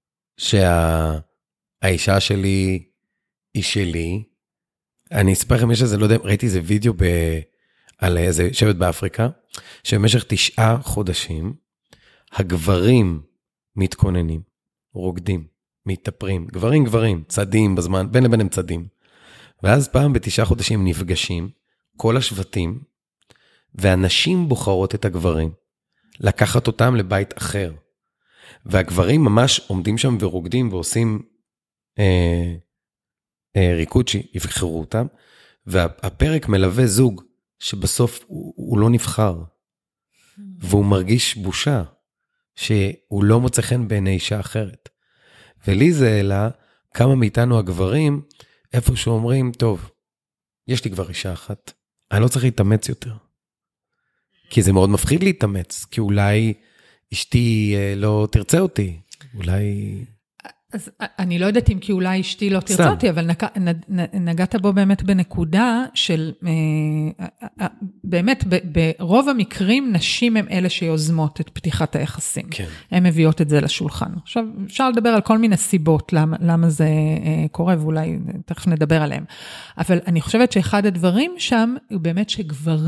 שהאישה שלי היא שלי, אני אספר לכם, יש איזה, לא יודע, ראיתי איזה וידאו על איזה שבט באפריקה, שבמשך 9 חודשים, הגברים מתכוננים, רוקדים, מתאפרים, גברים, צדים בזמן, בין לבין הם צדים. ואז פעם ב9 חודשים נפגשים, כל השבטים, והנשים בוחרות את הגברים, לקחת אותם לבית אחר. והגברים ממש עומדים שם ורוקדים ועושים ריקוד שיבחרו אותם, והפרק מלווה זוג שבסוף הוא לא נבחר, והוא מרגיש בושה, שהוא לא מוצא חן בעיני אישה אחרת. ולי זה אלא כמה מאיתנו הגברים, איפה שאומרים, טוב, יש לי כבר אישה אחת, אני לא צריך להתאמץ יותר. כי זה מאוד מפחיד להתאמץ, כי אולי אשתי לא תרצה אותי, אולי... אז אני לא יודעת אם כי אולי אשתי לא תרצה אותי, אבל נגעת בו באמת בנקודה של, באמת ברוב המקרים נשים הם אלה שיוזמות את פתיחת היחסים. כן. הן מביאות את זה לשולחן. עכשיו אפשר לדבר על כל מיני סיבות למה זה קורה, ואולי תכף נדבר עליהם. אבל אני חושבת שאחד הדברים שם הוא באמת שגברים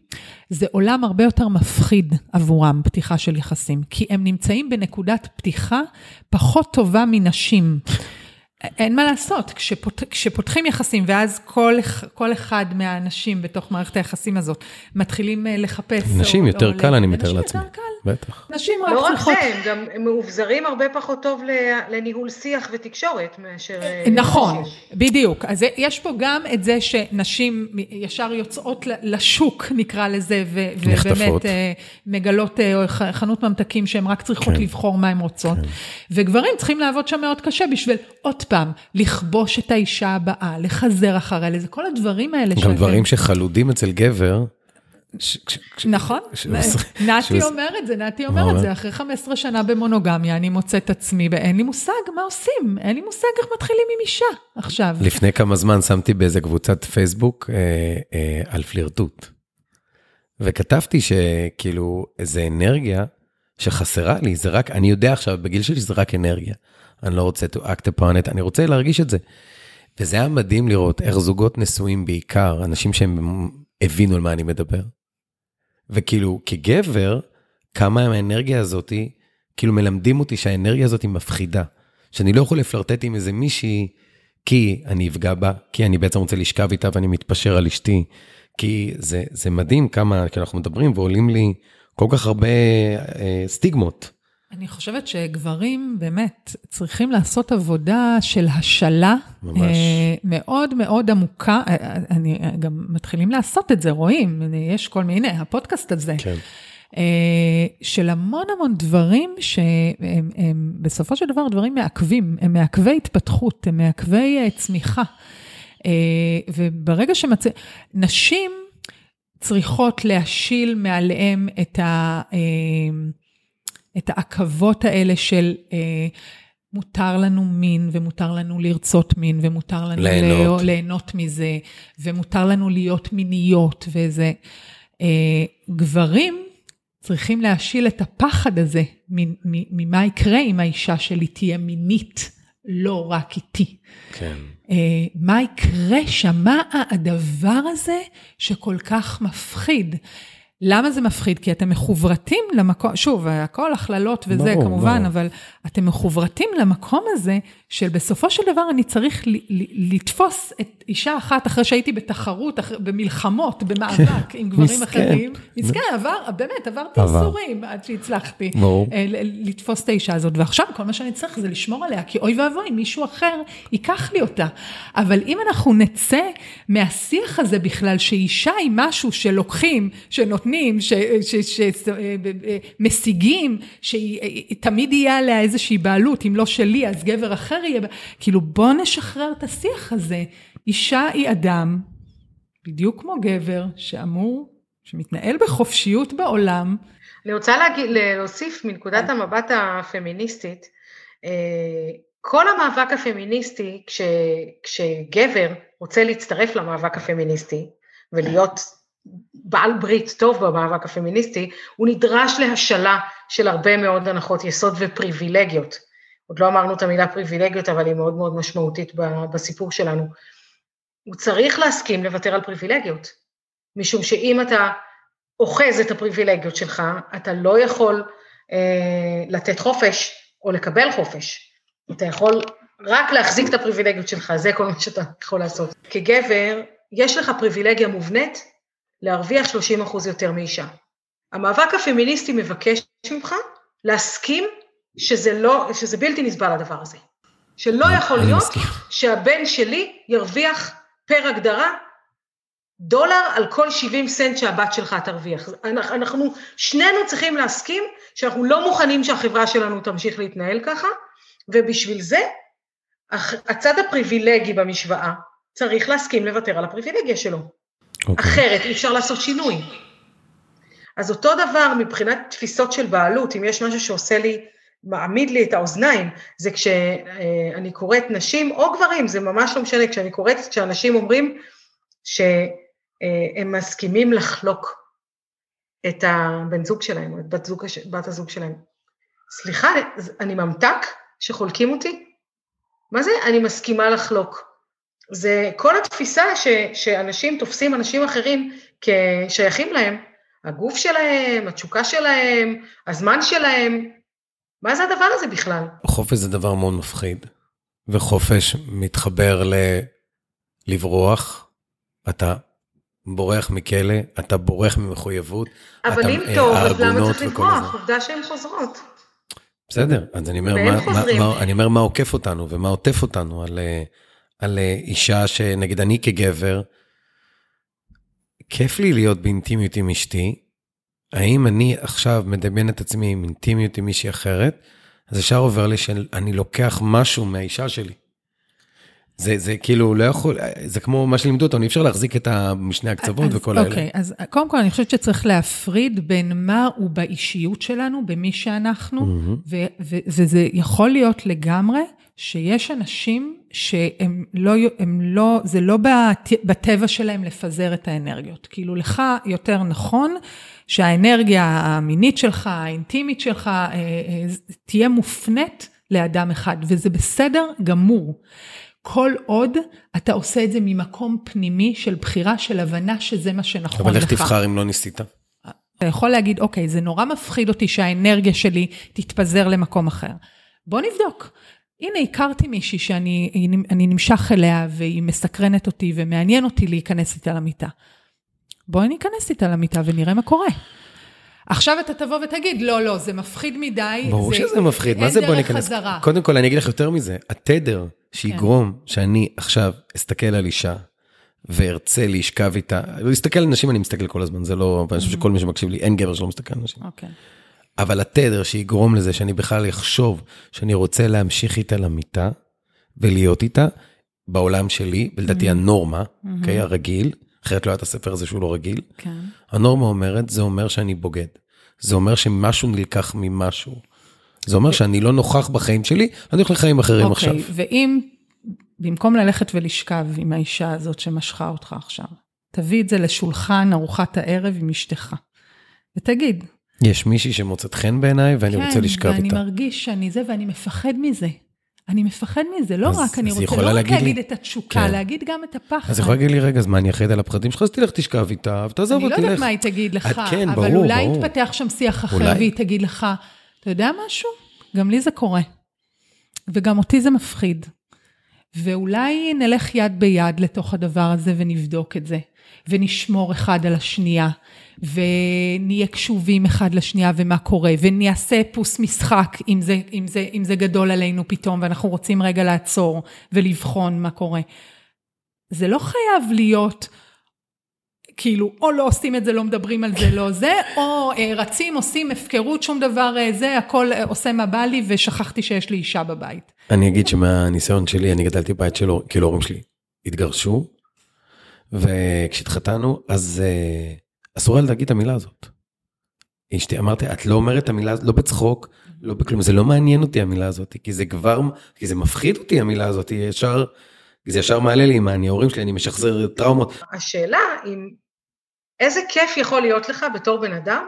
זה עולם הרבה יותר מפחיד עבורם, פתיחה של יחסים, כי הם נמצאים בנקודת פתיחה פחות טובה מנשים. אין מה לעשות, כשפותחים יחסים, ואז כל אחד מהאנשים בתוך מערכת היחסים הזאת, מתחילים לחפש. נשים יותר קל, אני מתאר לעצמי. בטח. נשים רק לא רק צריכות. זה, הם גם מאובזרים הרבה פחות טוב לניהול שיח ותקשורת, מאשר... נכון, בדיוק. אז יש פה גם את זה שנשים ישר יוצאות לשוק, נקרא לזה, ובאמת מגלות חנות ממתקים, שהן רק צריכות לבחור מה הן רוצות. וגברים צריכים לעבוד שם מאוד קשה, בשביל עוד פעם, לכבוש את האישה הבאה, לחזר אחריה, לזה, כל הדברים האלה. גם דברים שחלודים אצל גבר. נכון, נתי אומר את זה, אחרי 15 שנה במונוגמיה, אני מוצאת עצמי, ואין לי מושג מה עושים, אין לי מושג איך מתחילים עם אישה עכשיו. לפני כמה זמן שמתי באיזה קבוצת פייסבוק על פלירטוט, וכתבתי שכאילו איזה אנרגיה שחסרה לי, זה רק, אני יודע עכשיו בגיל שלי זה רק אנרגיה, אני לא רוצה to act upon it, אני רוצה להרגיש את זה. וזה היה מדהים לראות איך זוגות נשואים בעיקר, אנשים שהם הבינו על מה אני מדבר. וכאילו, כגבר, כמה האנרגיה הזאת, כאילו מלמדים אותי שהאנרגיה הזאת היא מפחידה. שאני לא יכול לפלרטט עם איזה מישהי, כי אני אפגע בה, כי אני בעצם רוצה לשכב איתה ואני מתפשר על אשתי. כי זה מדהים כמה, כי אנחנו מדברים ועולים לי כל כך הרבה סטיגמות. אני חושבת שגברים באמת צריכים לעשות עבודה של השלה מאוד מאוד עמוקה, אני גם מתחילים לעשות את זה, רואים, יש כל מיני, הפודקאסט הזה, כן. של המון המון דברים שהם בסופו של דבר דברים מעכבים, הם מעכבי התפתחות, הם מעכבי צמיחה, וברגע נשים צריכות להשיל מעליהם את העכבות האלה של מותר לנו מין, ומותר לנו לרצות מין, ומותר לנו ליהנות מזה, ומותר לנו להיות מיניות, וזה. גברים צריכים להשיל את הפחד הזה, ממה יקרה אם האישה שלי תהיה מינית, לא רק איתי. כן. מה יקרה שם? מה הדבר הזה שכל כך מפחיד? למה זה מפחיד? כי אתם מחוברתים למקום, שוב, הכל הכללות וזה ברור, כמובן, ברור. אבל אתם מחוברתים למקום הזה, של בסופו של דבר אני צריך לתפוס את אישה אחת, אחרי שהייתי בתחרות, במלחמות, במאבק עם גברים אחרים. מסכן, באמת, עברתי איסורים עד שהצלחתי לתפוס את האישה הזאת, ועכשיו כל מה שאני צריך זה לשמור עליה, כי אוי ואבוי, מישהו אחר ייקח לי אותה. אבל אם אנחנו נצא מהשיח הזה בכלל, שאישה היא משהו שלוקחים, שנותנים, שמשיגים, שתמיד יהיה עליה איזושהי בעלות, אם לא שלי, אז גבר אחר יהיה, כאילו בוא נשחרר את השיח הזה, אישה היא אדם, בדיוק כמו גבר, שמתנהל בחופשיות בעולם. אני רוצה להוסיף מנקודת המבט הפמיניסטית, כל המאבק הפמיניסטי, כשגבר רוצה להצטרף למאבק הפמיניסטי, ולהיות בעל ברית טוב במאבק הפמיניסטי, הוא נדרש להשלה של הרבה מאוד הנחות יסוד ופריבילגיות. עוד לא אמרנו את המילה פריבילגיות, אבל היא מאוד מאוד משמעותית בסיפור שלנו. הוא צריך להסכים לוותר על פריבילגיות, משום שאם אתה אוחז את הפריבילגיות שלך, אתה לא יכול לתת חופש או לקבל חופש. אתה יכול רק להחזיק את הפריבילגיות שלך, זה כל מה שאתה יכול לעשות. כגבר, יש לך פריבילגיה מובנית, להרוויח 30% יותר מאישה. המאבק הפמיניסטי מבקש ממך להסכים שזה בלתי נסבל הדבר הזה. שלא יכול להיות שהבן שלי ירוויח פר הגדרה דולר על כל 70 סנט שהבת שלך תרוויח. אנחנו שנינו צריכים להסכים שאנחנו לא מוכנים שהחברה שלנו תמשיך להתנהל ככה, ובשביל זה הצד הפריבילגי במשוואה צריך להסכים לוותר על הפריבילגיה שלו. אחרת אי אפשר לעשות שינוי. אז אותו דבר מבחינת תפיסות של בעלות, אם יש משהו שעושה לי, מעמיד לי את האוזניים, זה כשאני קוראת נשים או גברים, זה ממש לא משנה, כשאני קוראת, כשאנשים אומרים שהם מסכימים לחלוק את הבן זוג שלהם, או את בת הזוג שלהם. סליחה, אני ממתק שחולקים אותי? מה זה? אני מסכימה לחלוק. זה כל התפיסה שאנשים תופסים אנשים אחרים כשייכים להם, הגוף שלהם, התשוקה שלהם, הזמן שלהם, מה זה הדבר הזה בכלל? חופש זה דבר מאוד מפחיד, וחופש מתחבר לברוח, אתה בורח מכלא, אתה בורח ממחויבות, אבל אם טוב, אז למה צריך לברוח? עובדה שהן חוזרות. בסדר, אז אני אומר מה עוקף אותנו, ומה עוטף אותנו על אישה שנגיד אני כגבר, כיף לי להיות באינטימיות עם אשתי, האם אני עכשיו מדמיין את עצמי עם אינטימיות עם מישהי אחרת, אז ישר עובר לי שאני לוקח משהו מהאישה שלי. זה כאילו לא יכול, זה כמו מה שלימדו אותו, אני אפשר להחזיק את משני הקצוות וכל האלה. אוקיי, אז קודם כל אני חושבת שצריך להפריד בין מה הוא באישיות שלנו, במי שאנחנו, וזה יכול להיות לגמרי, שיש אנשים שהם לא, זה לא בטבע שלהם לפזר את האנרגיות. כאילו לך יותר נכון שהאנרגיה המינית שלך, האינטימית שלך, תהיה מופנית לאדם אחד, וזה בסדר גמור. כל עוד אתה עושה את זה ממקום פנימי של בחירה, של הבנה שזה מה שנכון לך. אבל איך תבחר אם לא ניסית? אתה יכול להגיד, אוקיי, זה נורא מפחיד אותי שהאנרגיה שלי תתפזר למקום אחר. בוא נבדוק. הנה, הכרתי מישהי שאני נמשך אליה, והיא מסקרנת אותי, ומעניין אותי להיכנס איתה למיטה. בואי ניכנס איתה למיטה, ונראה מה קורה. עכשיו אתה תבוא ותגיד, לא, זה מפחיד מדי. ברור שזה מפחיד, מה זה בוא ניכנס? קודם כל, אני אגיד לך יותר מזה, התדר שיגרום שאני עכשיו אסתכל על אישה, וארצה להשכב איתה, להסתכל על נשים אני מסתכל כל הזמן, זה לא, ואני חושב שכל מי שמקשיב לי, אין גבר שלא מסתכל על נשים. אבל התדר שיגרום לזה, שאני בכלל אחשוב, שאני רוצה להמשיך איתה למיטה, ולהיות איתה, בעולם שלי, בלדעתי הנורמה, הרגיל, אחרת לא היה את הספר הזה שהוא לא רגיל, הנורמה אומרת, זה אומר שאני בוגד, זה אומר שמשהו נלקח ממשהו, זה אומר שאני לא נוכח בחיים שלי, אני הולך לחיים אחרים עכשיו. ואם במקום ללכת ולשכב עם האישה הזאת שמשכה אותך עכשיו, תביא את זה לשולחן ארוחת הערב עם אשתך, ותגיד. יש מישהי שמוצאת חן בעיניי, ואני רוצה לשכב איתה. כן, ואני מרגיש שאני זה, ואני מפחד מזה. אני מפחד מזה, לא רק, אני רוצה לא רק להגיד את התשוקה, להגיד גם את הפחד. אז יכולה להגיד לי, רגע, אז מה אני אחראית על הפחדים שלך, אז תלך תשכב איתה, ותעזוב אותי. אני לא יודעת מה היא תגיד לך, אבל אולי יתפתח שם שיח אחר, והיא תגיד לך, אתה יודע משהו? גם לי זה קורה. וגם אותי זה מפחיד. ואולי נלך יד ביד לתוך הדבר הזה, ונבדוק את זה, ונשמור אחד על השנייה, ונהיה קשובים אחד לשנייה ומה קורה, ונעשה פוס משחק אם זה גדול עלינו פתאום, ואנחנו רוצים רגע לעצור ולבחון מה קורה. זה לא חייב להיות, כאילו, או לא עושים את זה, לא מדברים על זה, לא זה, או רצים, עושים הפקרות, שום דבר זה, הכל עושה מה בא לי, ושכחתי שיש לי אישה בבית. אני אגיד שמהניסיון שלי, אני גדלתי בית שלו, כאילו ההורים שלי התגרשו, וכשהתחתנו, אז אסור היה להגיד את המילה הזאת. אשתי, אמרתי, את לא אומרת את המילה הזאת, לא בצחוק, לא בכלום, זה לא מעניין אותי המילה הזאת, כי זה מפחיד אותי המילה הזאת, זה ישר מעלה לי, מה אני, ההורים שלי, אני משחזר טראומות. השאלה, איזה כיף יכול להיות לך בתור בן אדם,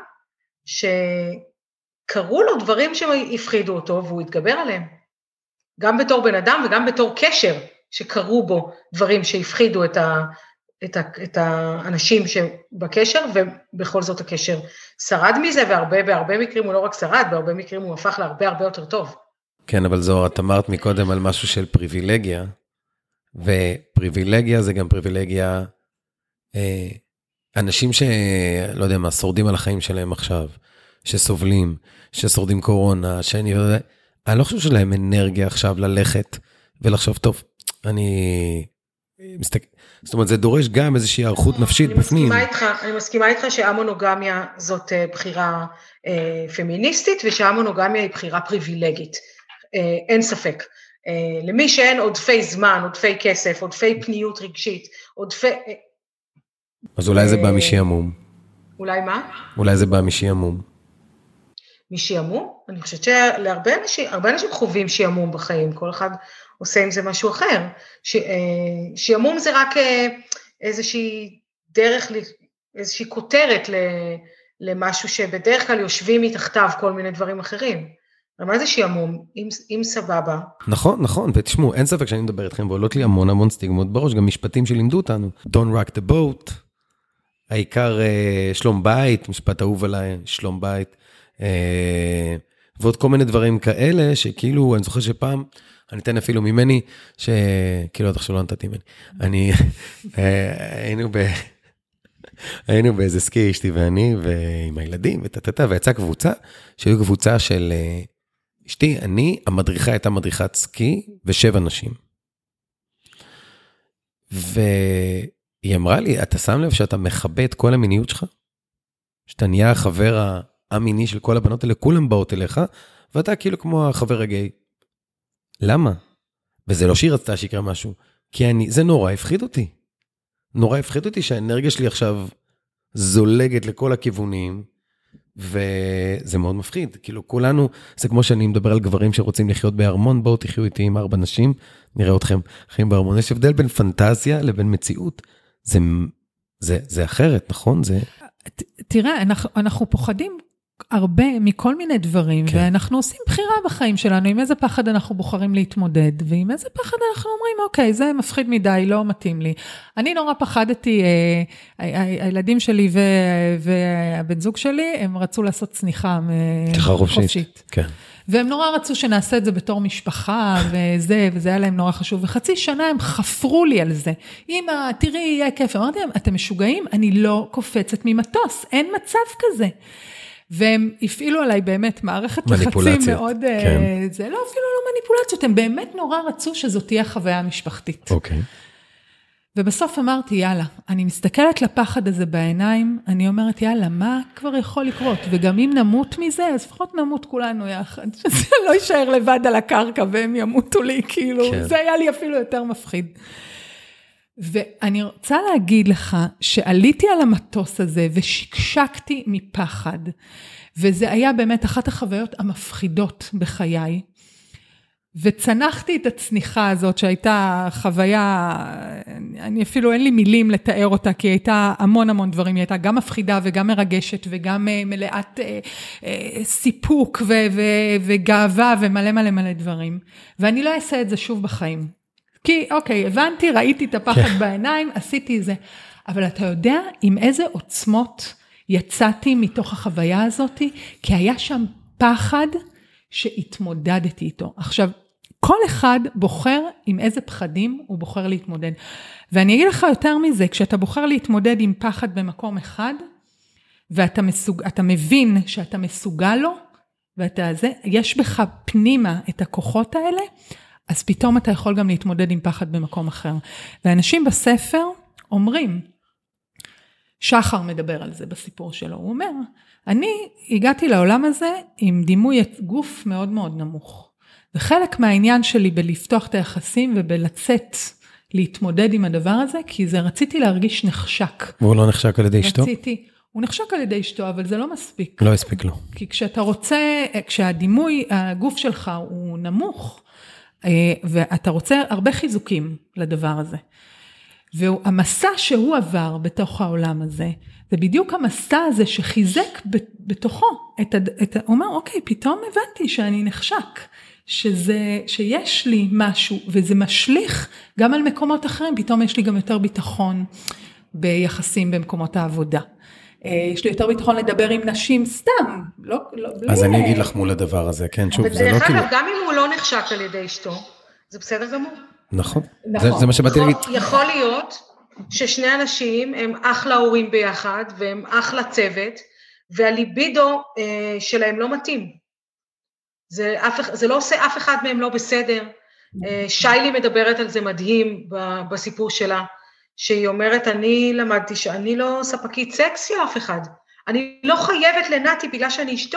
שקראו לו דברים שהפחידו אותו, והוא התגבר עליהם. גם בתור בן אדם וגם בתור קשר, שקראו בו דברים שהפחידו את האנשים שבקשר, ובכל זאת הקשר שרד מזה, בהרבה מקרים הוא לא רק שרד, בהרבה מקרים הוא הפך להרבה יותר טוב. כן, אבל זו, את אמרת מקודם על משהו של פריבילגיה, ופריבילגיה זה גם פריבילגיה, אנשים שלא יודע מה, שורדים על החיים שלהם עכשיו, שסובלים, ששורדים קורונה, אני לא חושב שלהם אנרגיה עכשיו ללכת ולחשוב, טוב, זאת אומרת, זה דורש גם איזושהי ערכות נפשית בפנים. אני מסכימה איתך שהמונוגמיה זאת בחירה פמיניסטית, ושהמונוגמיה היא בחירה פריבילגית, אין ספק. למי שאין עודפי זמן, עודפי כסף, עודפי פניות רגשית, אז אולי זה בא משעמום. אולי מה? אולי זה בא משעמום. משעמום? אני חושבת שהרבה אנשים חווים שעמום בחיים, כל אחד עושה עם זה משהו אחר. שעמום זה רק איזושהי דרך, איזושהי כותרת למשהו שבדרך כלל יושבים מתחתיו כל מיני דברים אחרים. מה זה שעמום? אם סבבה. נכון, ותשמעו, אין ספק שאני מדבר איתכם, ועולות לי המון סטיגמות בראש, גם משפטים שלימדו אותנו. Don't rock the boat. העיקר שלום בית, משפט אהוב עליי, שלום בית, ועוד כל מיני דברים כאלה, שכאילו, אני זוכר שפעם, אני אתן אפילו ממני, שכאילו עד עכשיו לא נתתי ממני, היינו באיזה סקי, אשתי ואני, ועם הילדים, ויצאה קבוצה, שהיו קבוצה של אשתי, המדריכה הייתה מדריכת סקי, ו7 נשים. והיא אמרה לי, אתה שם לב שאתה מכבה את כל המיניות שלך? שאתה נהיה החבר המיני של כל הבנות האלה, כולם באות אליך, ואתה כאילו כמו החבר הגיי. למה? וזה לא שהיא רצתה שיקרה משהו, כי זה נורא הפחיד אותי. נורא הפחיד אותי שהאנרגיה שלי עכשיו זולגת לכל הכיוונים, וזה מאוד מפחיד. כאילו כולנו, זה כמו שאני מדבר על גברים שרוצים לחיות בארמון, בואו תחיו איתי עם 4 נשים, נראה אתכם חיים בארמון. יש הבדל בין פנטזיה לבין מציאות. זה אחרת, נכון? תראה, אנחנו פוחדים הרבה מכל מיני דברים, כן. ואנחנו עושים בחירה בחיים שלנו, עם איזה פחד אנחנו בוחרים להתמודד, ועם איזה פחד אנחנו אומרים, אוקיי, זה מפחיד מדי, לא מתאים לי. אני נורא פחדתי, הילדים שלי והבן זוג שלי, הם רצו לעשות צניחה חופשית. כן. והם נורא רצו שנעשה את זה בתור משפחה, וזה היה להם נורא חשוב. וחצי שנה הם חפרו לי על זה. אמא, תראי, יהיה כיף. אמרתי להם, אתם משוגעים? אני לא קופצת ממטוס, אין מצב כזה. והם הפעילו עליי באמת מערכת לחצים מאוד, כן. זה לא אפילו לא מניפולציות, הם באמת נורא רצו שזאת תהיה חוויה משפחתית. אוקיי. ובסוף אמרתי, יאללה, אני מסתכלת לפחד הזה בעיניים, אני אומרת, יאללה, מה כבר יכול לקרות? וגם אם נמות מזה, אז לפחות נמות כולנו יחד, שזה לא יישאר לבד על הקרקע, והם ימותו לי, כאילו, כן. זה היה לי אפילו יותר מפחיד. ואני רוצה להגיד לך, שעליתי על המטוס הזה, ושקשקתי מפחד, וזה היה באמת אחת החוויות המפחידות בחיי, וצנחתי את הצניחה הזאת, שהייתה חוויה, אני אפילו אין לי מילים לתאר אותה, כי היא הייתה המון דברים, היא הייתה גם מפחידה וגם מרגשת, וגם מלאת סיפוק וגאווה ומלא דברים. ואני לא אעשה את זה שוב בחיים. כי אוקיי, הבנתי, ראיתי את הפחד בעיניים, עשיתי את זה. אבל אתה יודע עם איזה עוצמות יצאתי מתוך החוויה הזאת, כי היה שם פחד שהתמודדתי איתו. עכשיו, כל אחד בוחר עם איזה פחדים הוא בוחר להתמודד. ואני אגיד לך יותר מזה, כשאתה בוחר להתמודד עם פחד במקום אחד, ואתה מבין שאתה מסוגל לו, יש בך פנימה את הכוחות האלה, אז פתאום אתה יכול גם להתמודד עם פחד במקום אחר. ואנשים בספר אומרים, שחר מדבר על זה בסיפור שלו, הוא אומר, אני הגעתי לעולם הזה עם דימוי גוף מאוד מאוד נמוך. וחלק מהעניין שלי בלפתוח את היחסים ובלצאת להתמודד עם הדבר הזה, כי זה רציתי להרגיש נחשק. והוא לא נחשק על ידי אשתו? הוא נחשק על ידי אשתו, אבל זה לא מספיק. לא הספיק לו. כי כשאתה רוצה, כשהדימוי, הגוף שלך הוא נמוך, ואתה רוצה הרבה חיזוקים לדבר הזה. והמסע שהוא עבר בתוך העולם הזה, זה בדיוק המסע הזה שחיזק בתוכו, הוא אומר, אוקיי, פתאום הבנתי שאני נחשק, שיש לי משהו, וזה משליך גם על מקומות אחרים, פתאום יש לי גם יותר ביטחון ביחסים במקומות העבודה. יש לי יותר ביטחון לדבר עם נשים סתם, לא אז אני אגיד לך מול הדבר הזה, כן, שוב, זה לא כאילו... גם אם הוא לא נחשק על ידי אשתו, זה בסדר גמור. נכון, זה מה שבאתי להגיד. יכול להיות ששני אנשים הם אחלה הורים ביחד, והם אחלה צוות, והליבידו שלהם לא מתאים. זה לא עושה אף אחד מהם לא בסדר. שיילי מדברת על זה מדהים בסיפור שלה, שהיא אומרת, אני למדתי שאני לא ספקית סקס של אף אחד. אני לא חייבת לנתי בגלל שאני אשתו.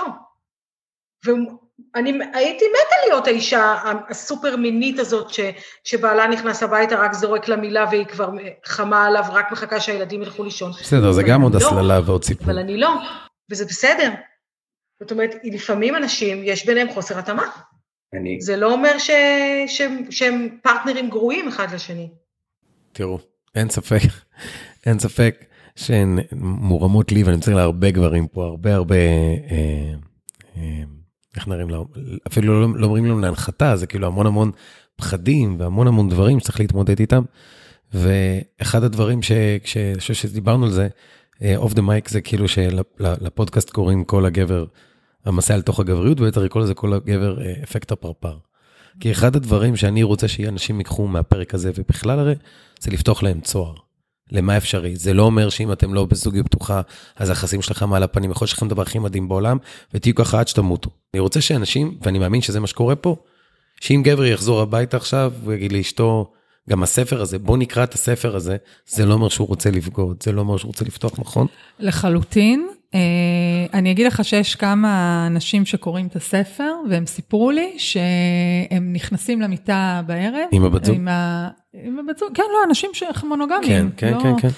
ואני הייתי מתה להיות האישה הסופר מינית הזאת, שבעלה נכנס הביתה, רק זורק לה מילה, והיא כבר חמה עליו, רק מחכה שהילדים ילכו לישון. בסדר, זה גם עוד הסללה ועוד סיפור. אבל אני לא, וזה בסדר. זאת אומרת, לפעמים אנשים, יש ביניהם חוסר התאמה. זה לא אומר שהם פרטנרים גרועים אחד לשני. תראו, אין ספק שהן מורמות לי, ואני צריך להרבה גברים פה, הרבה, איך נראים לה, אפילו לא אומרים לנו להנחתה, זה כאילו המון פחדים, והמון דברים שצריך להתמודד איתם, ואחד הדברים שדיברנו על זה, אוף דה מייק זה כאילו שלפודקאסט קוראים כל הגבר, המסע על תוך הגבריות, ויותר לקרוא לזה כל הגבר אפקט הפרפר. כי אחד הדברים שאני רוצה שאנשים ייקחו מהפרק הזה, ובכלל הרי, זה לפתוח להם צוהר. למה אפשרי? זה לא אומר שאם אתם לא בזוגיות פתוחה, אז היחסים שלכם על הפנים, יכול שלכם דבר הכי מדהים בעולם, ותהיו ככה עד שתמותו. אני רוצה שאנשים, ואני מאמין שזה מה שקורה פה, שאם גבר יחזור הביתה עכשיו, הוא יגיד לאשתו, גם הספר הזה, בוא נקרא את הספר הזה, זה לא אומר שהוא רוצה לפגוד, זה לא אומר שהוא רוצה לפתוח, נכון? לחלוטין. אני אגיד לך שיש כמה אנשים שקוראים את הספר, והם סיפרו לי שהם נכנסים למיטה בערב. עם הבת זוג? עם הבת זוג, כן, לא, אנשים מונוגמיים. כן.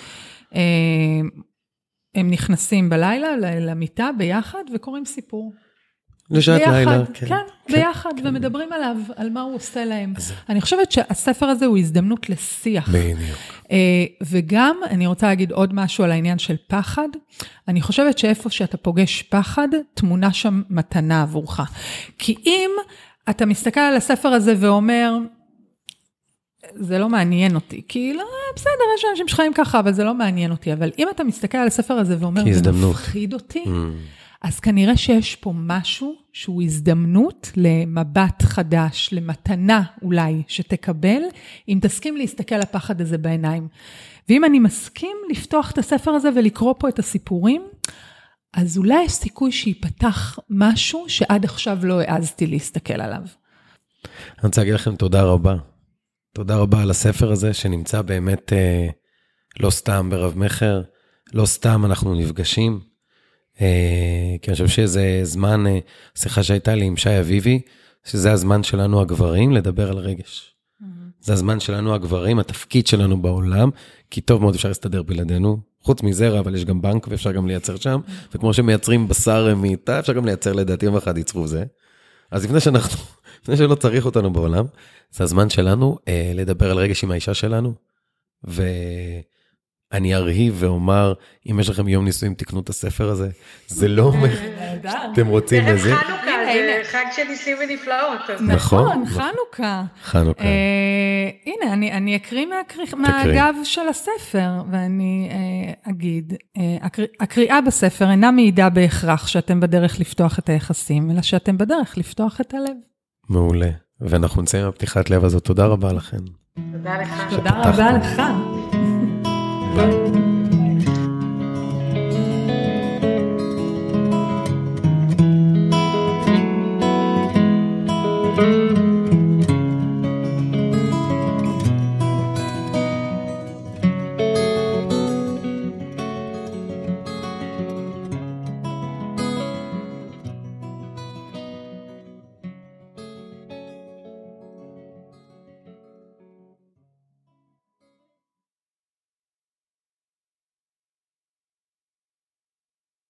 הם נכנסים בלילה למיטה ביחד וקוראים סיפור. לשעת לילה. כן, ביחד, ומדברים עליו, על מה הוא עושה להם. אני חושבת שהספר הזה הוא הזדמנות לשיח. בדיוק. וגם, אני רוצה להגיד עוד משהו על העניין של פחד. אני חושבת שאיפה שאתה פוגש פחד, תמונה שם מתנה עבורך. כי אם אתה מסתכל על הספר הזה ואומר, זה לא מעניין אותי, כי לא, בסדר, יש אנשים שחיים ככה, אבל זה לא מעניין אותי. אבל אם אתה מסתכל על הספר הזה ואומר, זה מפחיד אותי, אז כנראה שיש פה משהו שהוא הזדמנות למבט חדש, למתנה אולי שתקבל, אם תסכים להסתכל על הפחד הזה בעיניים. ואם אני מסכים לפתוח את הספר הזה ולקרוא פה את הסיפורים, אז אולי יש סיכוי שיפתח משהו שעד עכשיו לא העזתי להסתכל עליו. אני רוצה להגיד לכם תודה רבה. תודה רבה על הספר הזה שנמצא באמת לא סתם ברב מחר, לא סתם אנחנו נפגשים, כי אני חושב שזה זמן, שיחה שהייתה לי עם שי אביבי, שזה הזמן שלנו הגברים לדבר על רגש. זה הזמן שלנו הגברים, התפקיד שלנו בעולם, כי טוב מאוד אפשר להסתדר בלעדינו, חוץ מזרע, אבל יש גם בנק ואפשר גם לייצר שם, וכמו שמייצרים בשר מיטה, אפשר גם לייצר לדעתי יום אחד ייצרו זה. אז לפני שלא צריך אותנו בעולם, זה הזמן שלנו לדבר על רגש עם האישה שלנו, אני ארהיב ואומר, אם יש לכם יום נישואים, תקנו את הספר הזה. זה לא אומר, אתם רוצים לזה. ערב חנוכה, זה חג של ניסים ונפלאות. נכון, חנוכה. חנוכה. הנה, אני אקריא מהגב של הספר, ואני אגיד, הקריאה בספר אינה מעידה בהכרח שאתם בדרך לפתוח את היחסים, אלא שאתם בדרך לפתוח את הלב. מעולה. ואנחנו נצאים בפתיחת לב הזאת. תודה רבה לכם. תודה לך. תודה רבה לך. ביי.